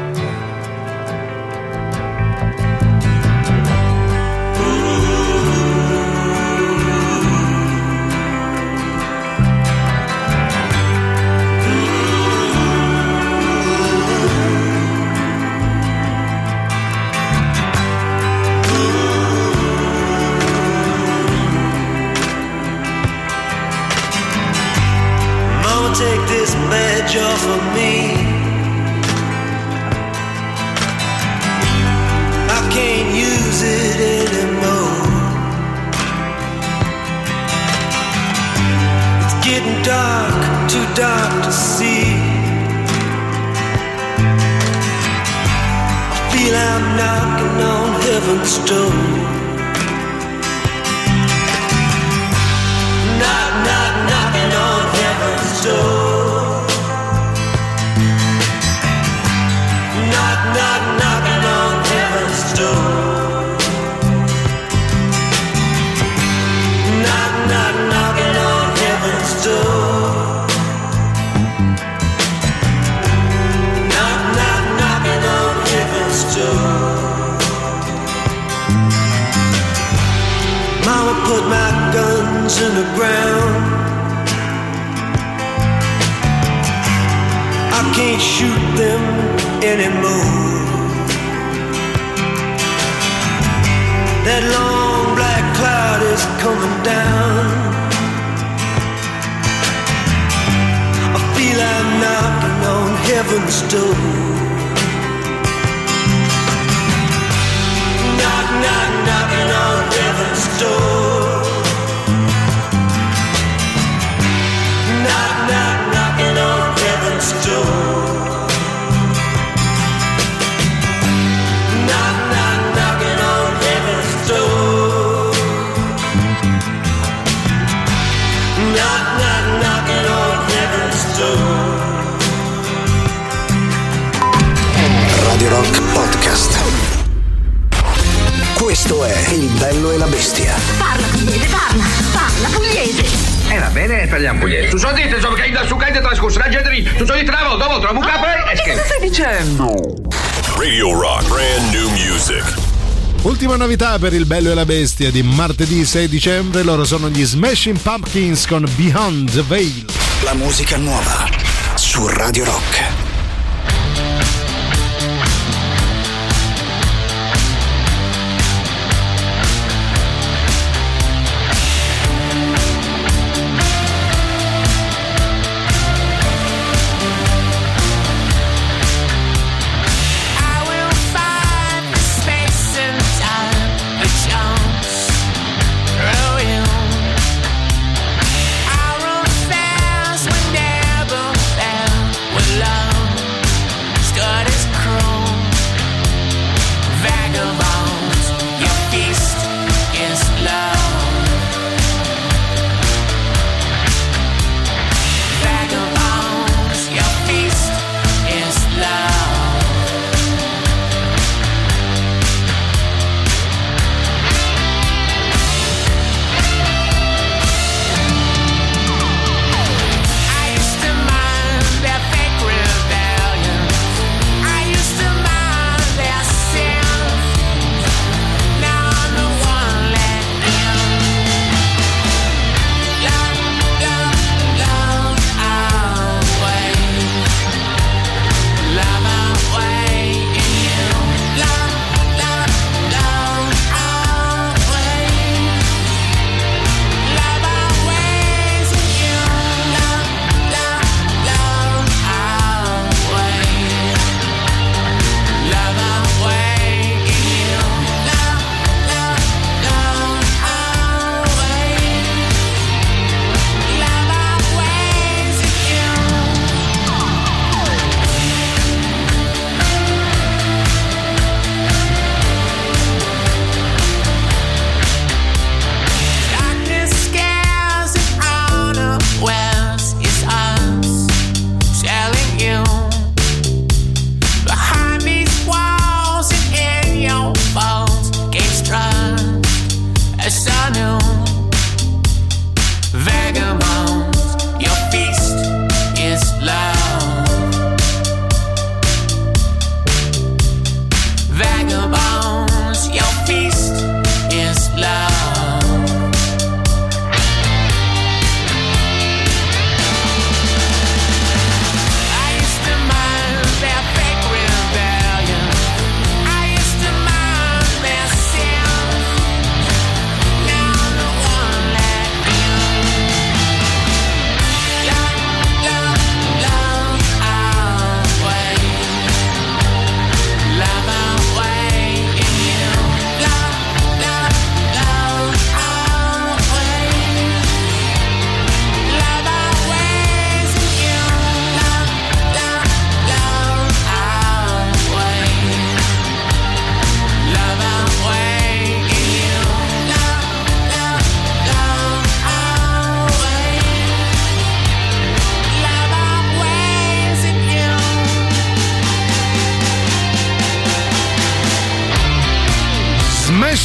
Take this badge off of me. I can't use it anymore. It's getting dark, too dark to see. I feel I'm knocking on heaven's door. Knock, knock, knocking on heaven's door. Knock, knock, knocking on heaven's door. Knock, knock, knocking on heaven's door. Knock, knock, knocking on heaven's door. Mama put my guns in the ground. I can't shoot them anymore. That long black cloud is coming down. I feel I'm knocking on heaven's door. Knock, knock, knocking on heaven's door. Knock, knock, knocking on heaven's door. Knock, knock, knocking on heaven's door. Knock, knock, knocking on heaven's door. Radio Rock Podcast. Questo è Il Bello e la Bestia. Parla pugliese, parla, parla pugliese. E eh, va bene, parliamo pugliese. Tu so dite, insomma, che da su che hai trascorso la gente lì. Tu so dite una volta, dopo trovo un capo e che cosa stai dicendo? Radio Rock, brand new music. Ultima novità per Il Bello e la Bestia di martedì sei dicembre, loro sono gli Smashing Pumpkins con Beyond the Veil. La musica nuova su Radio Rock. Love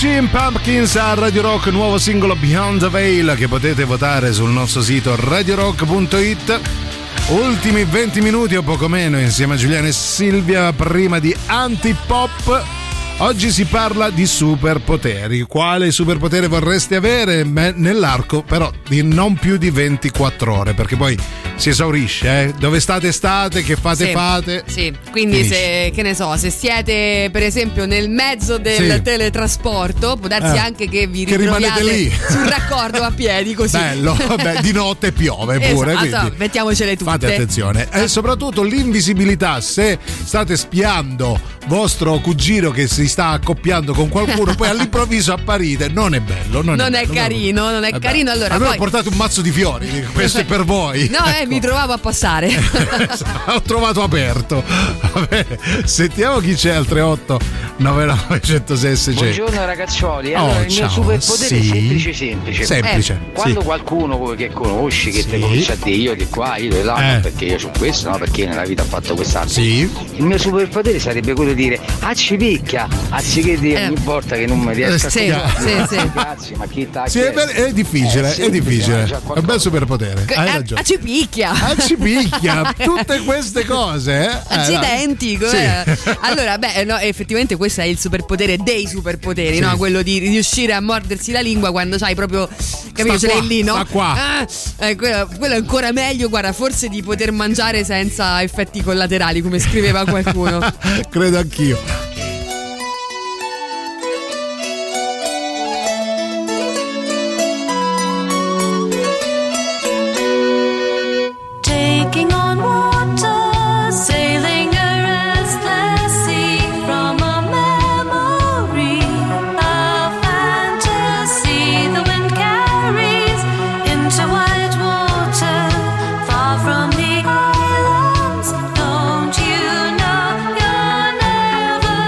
Smashing Pumpkins a Radio Rock, nuovo singolo Beyond the Veil che potete votare sul nostro sito radio rock punto it. Ultimi venti minuti o poco meno insieme a Giuliano e Silvia prima di Antipop. Oggi si parla di superpoteri. Quale superpotere vorreste avere? Beh, nell'arco però di non più di ventiquattro ore, perché poi si esaurisce, eh? Dove state state, che fate sì, fate. Sì, quindi finisce. Se, che ne so, se siete per esempio nel mezzo del sì. teletrasporto, può darsi eh, anche che vi che ritroviate lì sul raccordo a piedi così. Bello, beh, di notte piove pure, esatto, quindi mettiamocele tutte. fate attenzione. E soprattutto l'invisibilità, se state spiando vostro cugino che si sta accoppiando con qualcuno, poi all'improvviso apparite, non è bello, non, non è, è bello, carino, non è Vabbè. carino. Allora, allora poi... portate un mazzo di fiori, questo è per voi. No, eh, ecco. mi trovavo a passare. Ho trovato aperto. Vabbè, sentiamo chi c'è al tre otto nove nove uno zero sei sei zero. Buongiorno ragazzuoli, Oh, allora il ciao. mio superpotere Sì. è semplice semplice. Semplice, Eh, quando sì. qualcuno che conosci che Sì. ti comincia a dire io di qua, io di là, Eh. perché io sono questo, no? Perché nella vita ho fatto quest'altro. Sì. Il mio superpotere sarebbe quello di dire ah ci picchia, anziché dire Eh. ogni volta che non mi riesco a Sì, capire. sì, sì. Grazie, ma chi t'ha Sì, è, chiesto? è difficile, Eh, sì, è difficile. bisogna già È un qualcosa. bel superpotere. Hai Ah, ragione. ah, ci picchia. Ah, ci picchia. Tutte queste cose, eh? Eh, Accidenti, dai. com'è? Sì. Allora, beh, no, effettivamente questo è il superpotere dei superpoteri, Sì. no? Quello di riuscire a mordersi la lingua quando sai proprio, capito, ce qua, l'hai lì, no? sta qua. Ah, eh, quello, quello è ancora meglio, guarda, forse di poter mangiare senza effetti collaterali, come scriveva qualcuno. Credo anch'io. Taking on water, sailing a restless sea from a memory, a fantasy the wind carries into white water, far from the islands. Don't you know you're never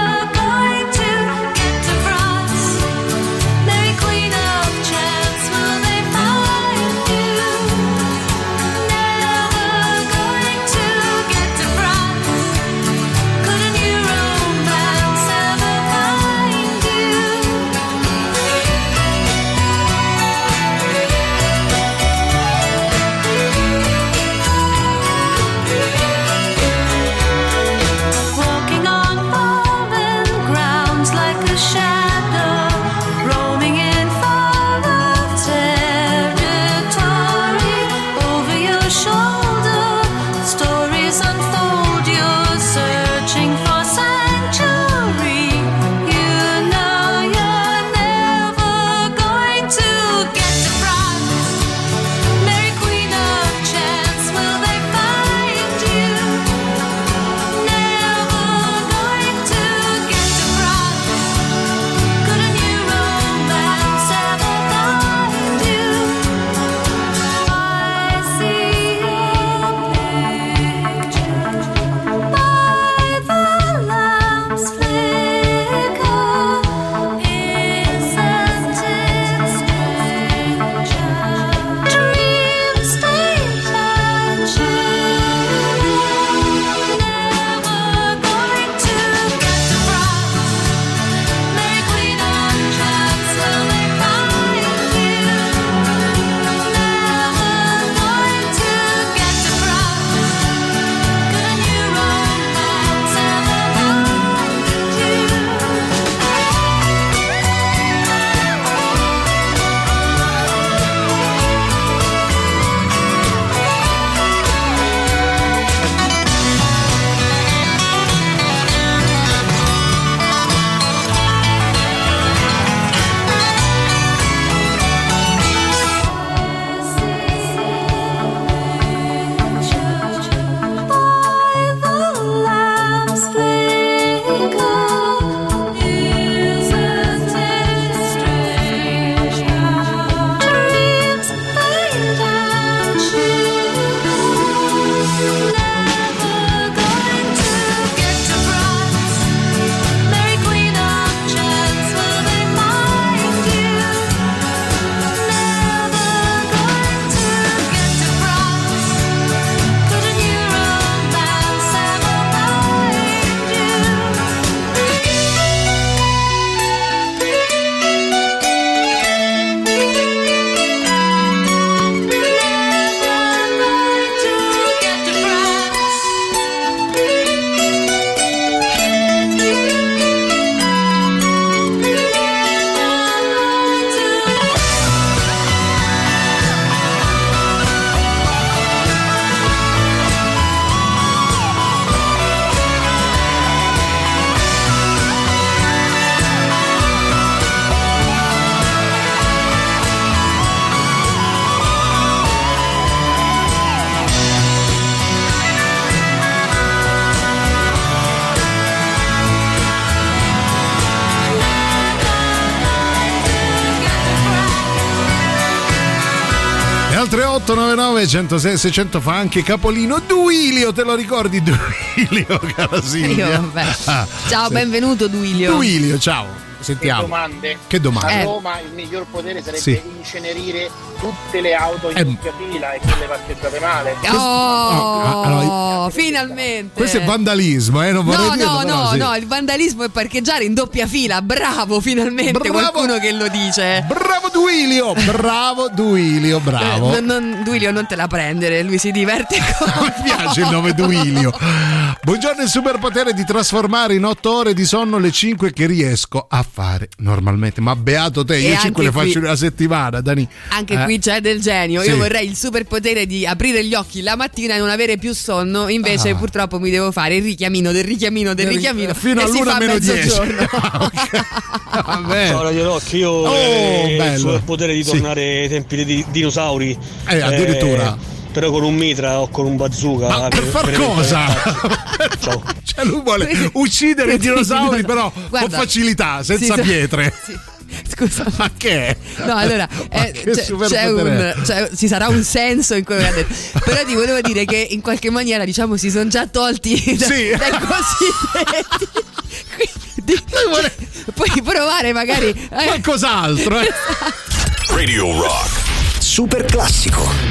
al tre otto nove nove centosei seicento fa anche capolino. Duilio, te lo ricordi Duilio, cara Silvia? Io, vabbè. Ah, ciao, sì. Benvenuto Duilio. Duilio, ciao. Sentiamo. Che domande? Che domande? A Eh. Roma il miglior potere sarebbe Sì. incenerire tutte le auto in Eh. doppia fila e quelle parcheggiate male. Oh, No, allora, finalmente. questo è vandalismo, eh? Non vorrei No, dirlo, no, però no, sì. no, il vandalismo è parcheggiare in doppia fila. Bravo, finalmente Bravo. qualcuno che lo dice. Bravo Duilio, bravo Duilio, bravo. Eh, non, non, Duilio non te la prendere, lui si diverte con Mi piace il nome Duilio. Buongiorno, il superpotere di trasformare in otto ore di sonno le cinque che riesco a fare normalmente. Ma beato te, E io cinque le anche faccio qui- in una settimana, Dani. Anche Eh. qui c'è del genio. Sì. Io vorrei il superpotere di aprire gli occhi la mattina e non avere più sonno. Invece, Ah. purtroppo, mi devo fare il richiamino del richiamino del Del- richiamino fino e si all'una fa a meno dieci. mezzogiorno. Vabbè. Ciao Radio Rock, io Oh, eh, bello. il potere di Sì. tornare ai tempi dei di- dinosauri. Eh, addirittura. Eh, però con un mitra o con un bazooka. Ma per far cosa? Ciao. Cioè lui vuole uccidere i dinosauri, però Guarda, con facilità, senza sì, sì. pietre. Scusa. Ma che? No, allora Ma eh, che c'è, c'è superpotere un, cioè, ci sarà un senso in quello che ha detto. Però ti volevo dire che in qualche maniera, diciamo, si sono già tolti da, Sì. dai cosiddetti. Quindi, cioè, puoi provare magari eh. qualcos'altro. Eh. Radio Rock. Super classico.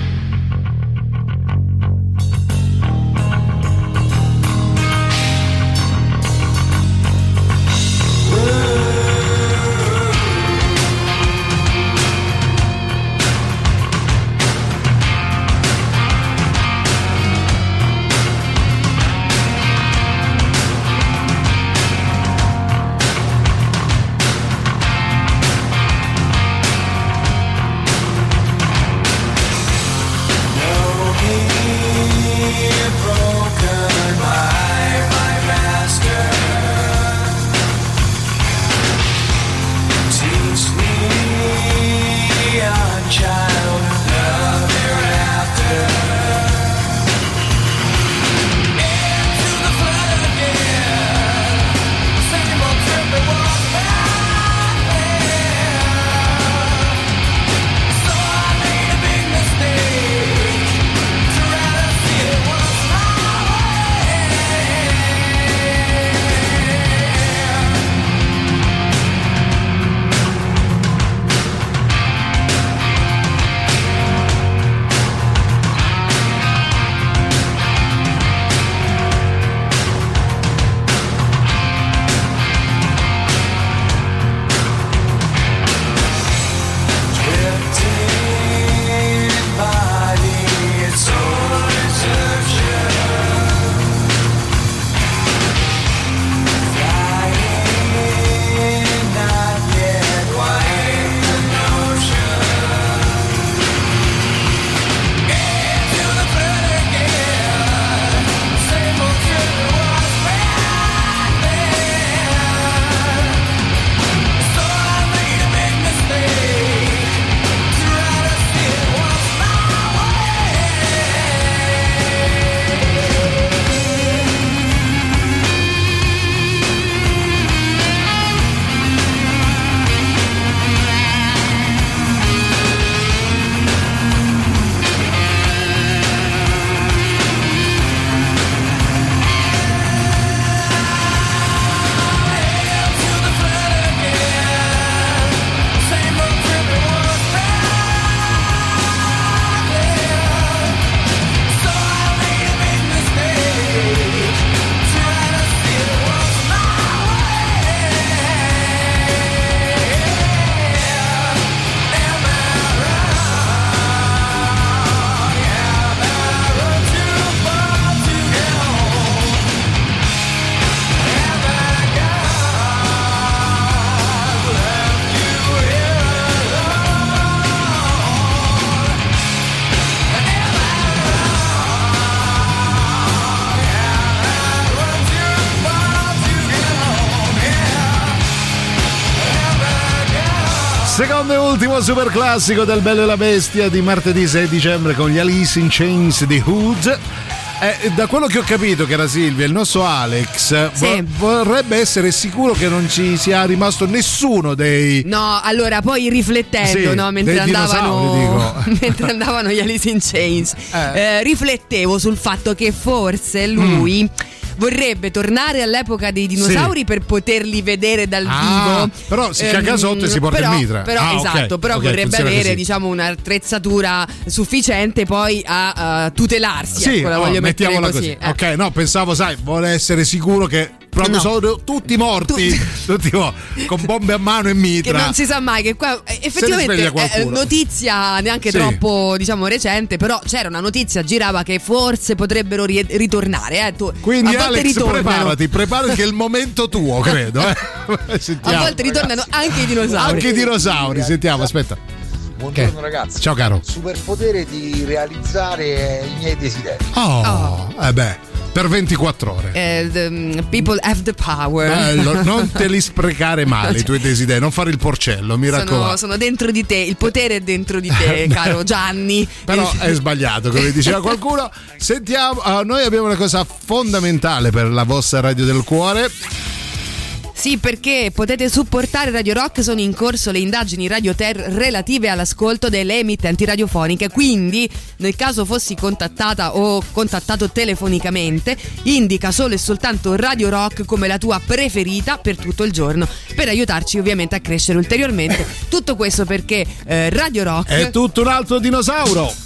Secondo e ultimo super classico del Bello e la Bestia di martedì sei dicembre con gli Alice in Chains di Hood. Eh, da quello che ho capito, che era Silvia, il nostro Alex Sì. vo- vorrebbe essere sicuro che non ci sia rimasto nessuno dei. No, allora poi riflettendo, Sì, no, mentre dei andavano dinosauri, mentre andavano gli Alice in Chains, eh, riflettevo sul fatto che forse lui Mm. vorrebbe tornare all'epoca dei dinosauri Sì. per poterli vedere dal Ah, vivo. però si caga sotto e si porta però, il mitra. Però, Ah, ok, esatto, però ok, vorrebbe funziona avere così. diciamo un'attrezzatura sufficiente poi a, a tutelarsi. Sì, ecco, la oh, voglio mettere mettiamola così. così. Ok, no, pensavo, sai, vuole essere sicuro che proprio No. sono tutti morti, tutti mo- con bombe a mano e Che mitra. non si sa mai che qua eh, effettivamente sveglia è qualcuno. notizia neanche Sì. troppo diciamo recente, però c'era una notizia girava che forse potrebbero ri- ritornare, eh. Tu, Quindi a volte Alex, ritornano. preparati, preparati che è il momento tuo, credo. Eh. A Sentiamo. volte ritornano anche i dinosauri. Anche i dinosauri, sentiamo, aspetta. Buongiorno Ok. ragazzi. Ciao caro. Superpotere di realizzare i miei desideri. Oh, eh beh, per ventiquattro ore. Eh, the, um, people have the power. Bello, non te li sprecare male i tuoi desideri, non fare il porcello, mi sono, raccomando. sono dentro di te, il potere è dentro di te, caro Gianni. Però è sbagliato, come diceva qualcuno. Sentiamo, ah, noi abbiamo una cosa fondamentale per la vostra radio del cuore. Sì, perché potete supportare Radio Rock, sono in corso le indagini Radio Ter relative all'ascolto delle emittenti radiofoniche, quindi nel caso fossi contattata o contattato telefonicamente, indica solo e soltanto Radio Rock come la tua preferita per tutto il giorno, per aiutarci ovviamente a crescere ulteriormente. Tutto questo perché eh, Radio Rock È tutto un altro dinosauro.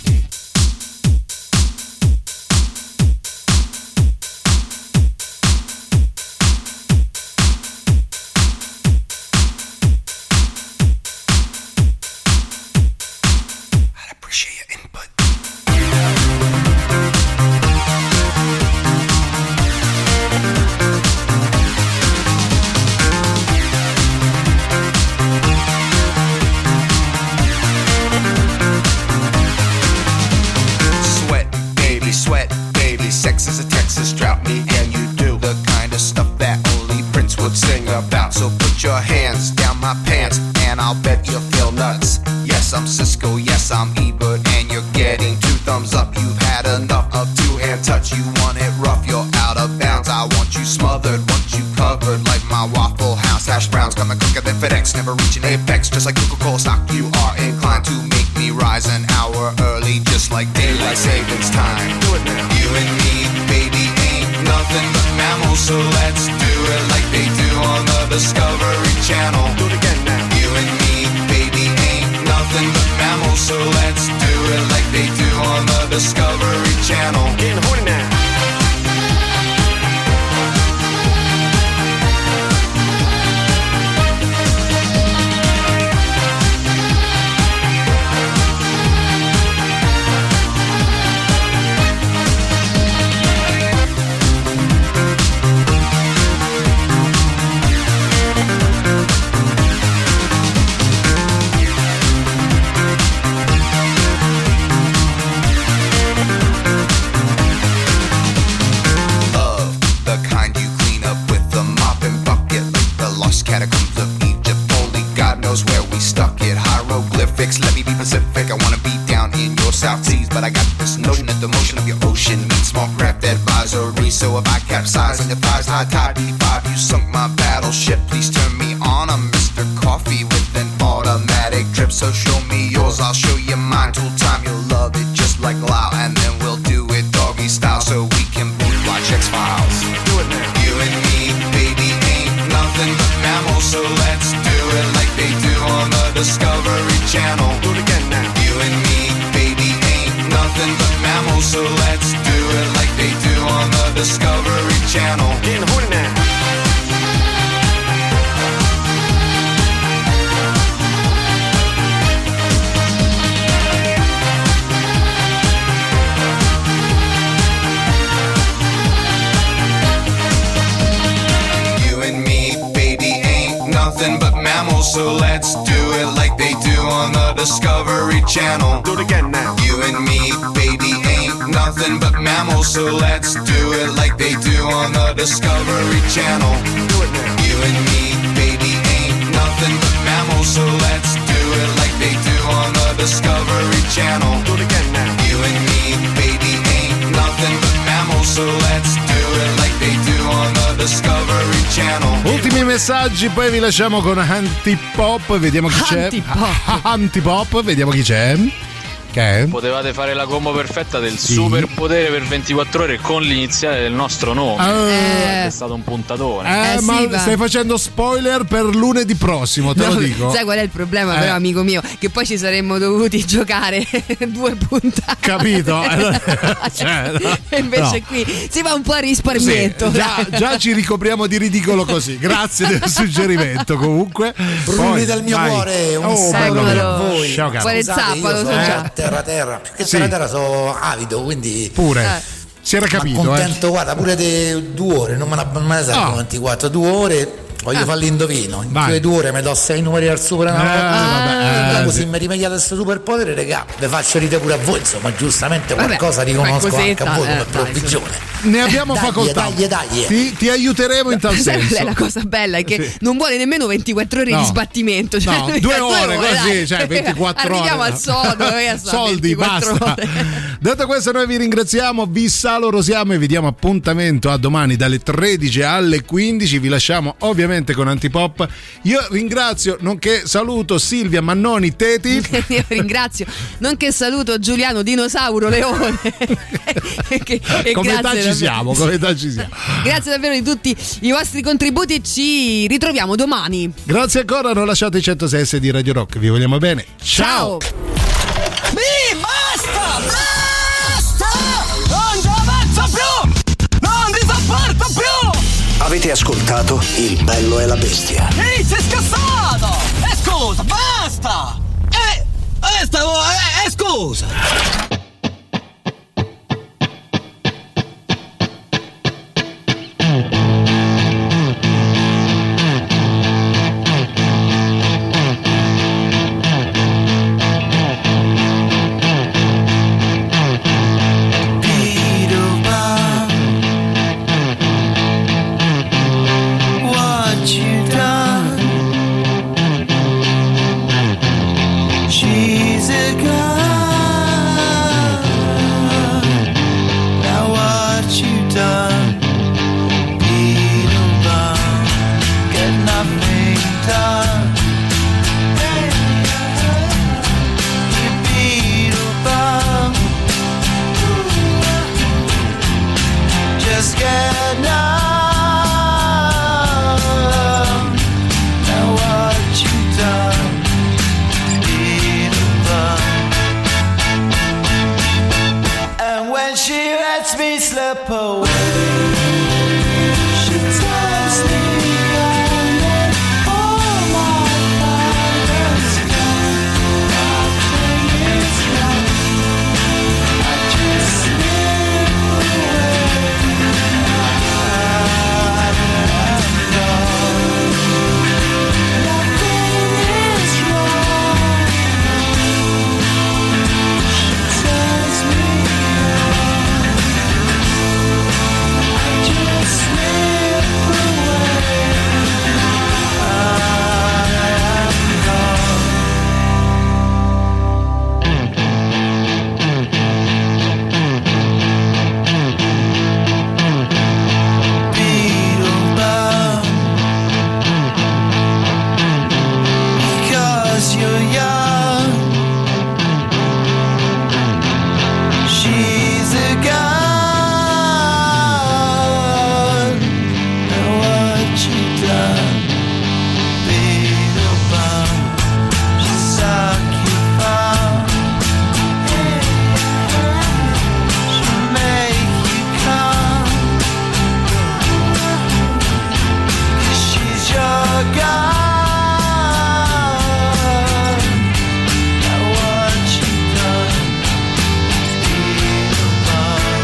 Sweat, baby, sweat, baby. Sex is a Texas drought. Me and you do the kind of stuff that only Prince would sing about. So put your hands down my pants, and I'll bet you'll feel nuts. Yes, I'm Cisco. Yes, I'm Ebert, and you're getting two thumbs up. You've had enough of two-hand touch. You want it rough, you're out of bounds. I want you smothered, want you covered like my Waffle House hash browns. Coming quicker than FedEx, never reaching apex. Just like Coca-Cola stock, you are inclined to make me rise an hour early, just like daylight savings time. Do it now. You and me, baby, ain't nothing but mammals, so let's do it like they do on the Discovery Channel. Do it again now. You and me, baby, ain't nothing but mammals, so let's do it like they do on the Discovery Channel. Getting horny now. Of the kind you clean up with the mop and bucket, like the lost catacombs of Egypt. Only God knows where we stuck it. Hieroglyphics, let me be Pacific. I wanna be down in your South Seas, but I got this notion that the motion of your ocean means small craft advisory. So if I capsize on your thighs, high tide B five, you sunk my battleship. Please turn me on. I'm Mister Coffee with an automatic drip. So show me yours, I'll show you mine. Tool time, you'll love it just like Lao, and then we'll do it doggy style so we can both watch X-Files. Do it now. You and me, baby, ain't nothing but mammals, so let's do it like they do on the Discovery Channel. Do it again now. You and me, baby, ain't nothing but mammals, so let's do it like they do on the Discovery Channel. Getting horny now. You and me, baby, ain't nothing but mammals, so let's do it like they do on the Discovery Channel. Do it again now. You and me, baby, ain't nothing but mammals, so let's do it like they do on the Discovery Channel. Do it now. You and me, baby, ain't nothing but mammals, so let's do it like they do on the Discovery Channel. Do it again now. You and me, baby, ain't nothing but mammals. messaggi, poi vi lasciamo con Antipop, vediamo chi c'è. Antipop. Antipop, vediamo chi c'è. Che? Potevate fare la combo perfetta del Sì. superpotere per ventiquattro ore con l'iniziale del nostro nome. Eh. È stato un puntatone. Eh, Eh, ma sì, va. stai facendo spoiler per lunedì prossimo, te No, lo dico. sai qual è il problema, Eh. però, amico mio? Che poi ci saremmo dovuti giocare due puntate. Capito? Cioè, no, e invece no. qui si va un po' a risparmietto. Sì, già, già ci ricopriamo di ridicolo così. Grazie del suggerimento. Comunque, Bruni poi, del mio vai. cuore, un Oh, saluto bello. a voi. Ciao, caro. Quale Scusate, zappa, io lo so sono già. terra terra, più che Sì. terra terra sono avido, quindi Pure. Eh. Si era capito, ma eh. contento, guarda, pure di due ore, non me ne, non me ne servono Ah. ventiquattro, due ore. Voglio Ah. fare l'indovino, in Vai. quelle due ore mi do sei numeri al super Eh, vabbè, eh, così sì. mi rimediate questo superpotere, regà, vi faccio ridere pure a voi, insomma, giustamente Vabbè, qualcosa riconosco qualcosetta, anche a voi eh, come dai, provvigione. Ne abbiamo Dai, facoltà. dai, dai. Ti, ti aiuteremo in tal Sai senso. qual è la cosa bella? È che Sì. non vuole nemmeno ventiquattro ore No. di sbattimento. Cioè, No, noi due a ore così, dai. cioè ventiquattro Arriviamo ore. al sodo, eh, sta Soldi, ventiquattro basta. ore. Detto questo, noi vi ringraziamo, vi salorosiamo e vi diamo appuntamento a domani dalle tredici alle quindici. Vi lasciamo ovviamente con Antipop. Io ringrazio, nonché saluto Silvia Mannoni Teti. Io ringrazio, nonché saluto Giuliano Dinosauro Leone. e che- e Come età grazie ci davvero- siamo, come età ci siamo. Grazie davvero di tutti i vostri contributi. Ci ritroviamo domani. Grazie ancora, non lasciate i centosei di Radio Rock, vi vogliamo bene. Ciao. Mi basta! Basta! Non ce la faccio più! Non ti sopporto più! Avete ascoltato Il Bello e la Bestia? Ehi, sei scassato! E scusa, basta! Eh, eh, stavo, eh, eh, scusa! What you done? She's a gun. Now what you done? Beetlebum, get nothing done. You Beetlebum, just get numb. Now what you done? Beetlebum. And when she lets me slip away, she tells me I'm in all my father's gone. Nothing is wrong. I just slip away. I am gone. Nothing is wrong. She tells me I just slip away. I am gone. Beetlebum, because you're young. She's a gun. And what you done, Beetlebum? She suck you fun. She'll make you come. 'Cause she's your gun. Now what you done, Beetlebum?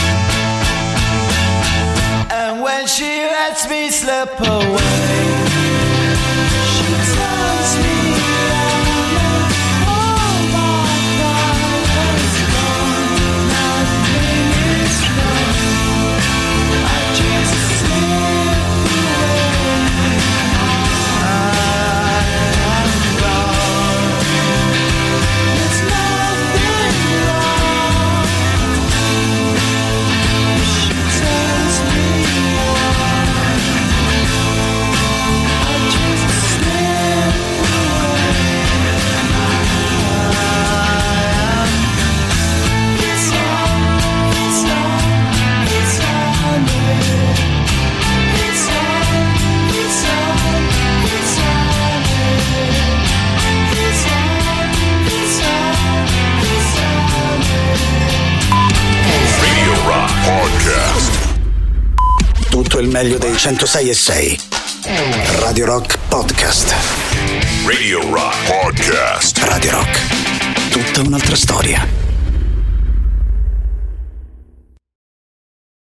And when she lets me slip away, she tells me I'm in all my father's gone. Nothing is wrong. I just slip away. I am gone. There's nothing wrong. She tells me why. meglio dei centosei e sei. Radio Rock Podcast. Radio Rock Podcast. Radio Rock. Tutta un'altra storia.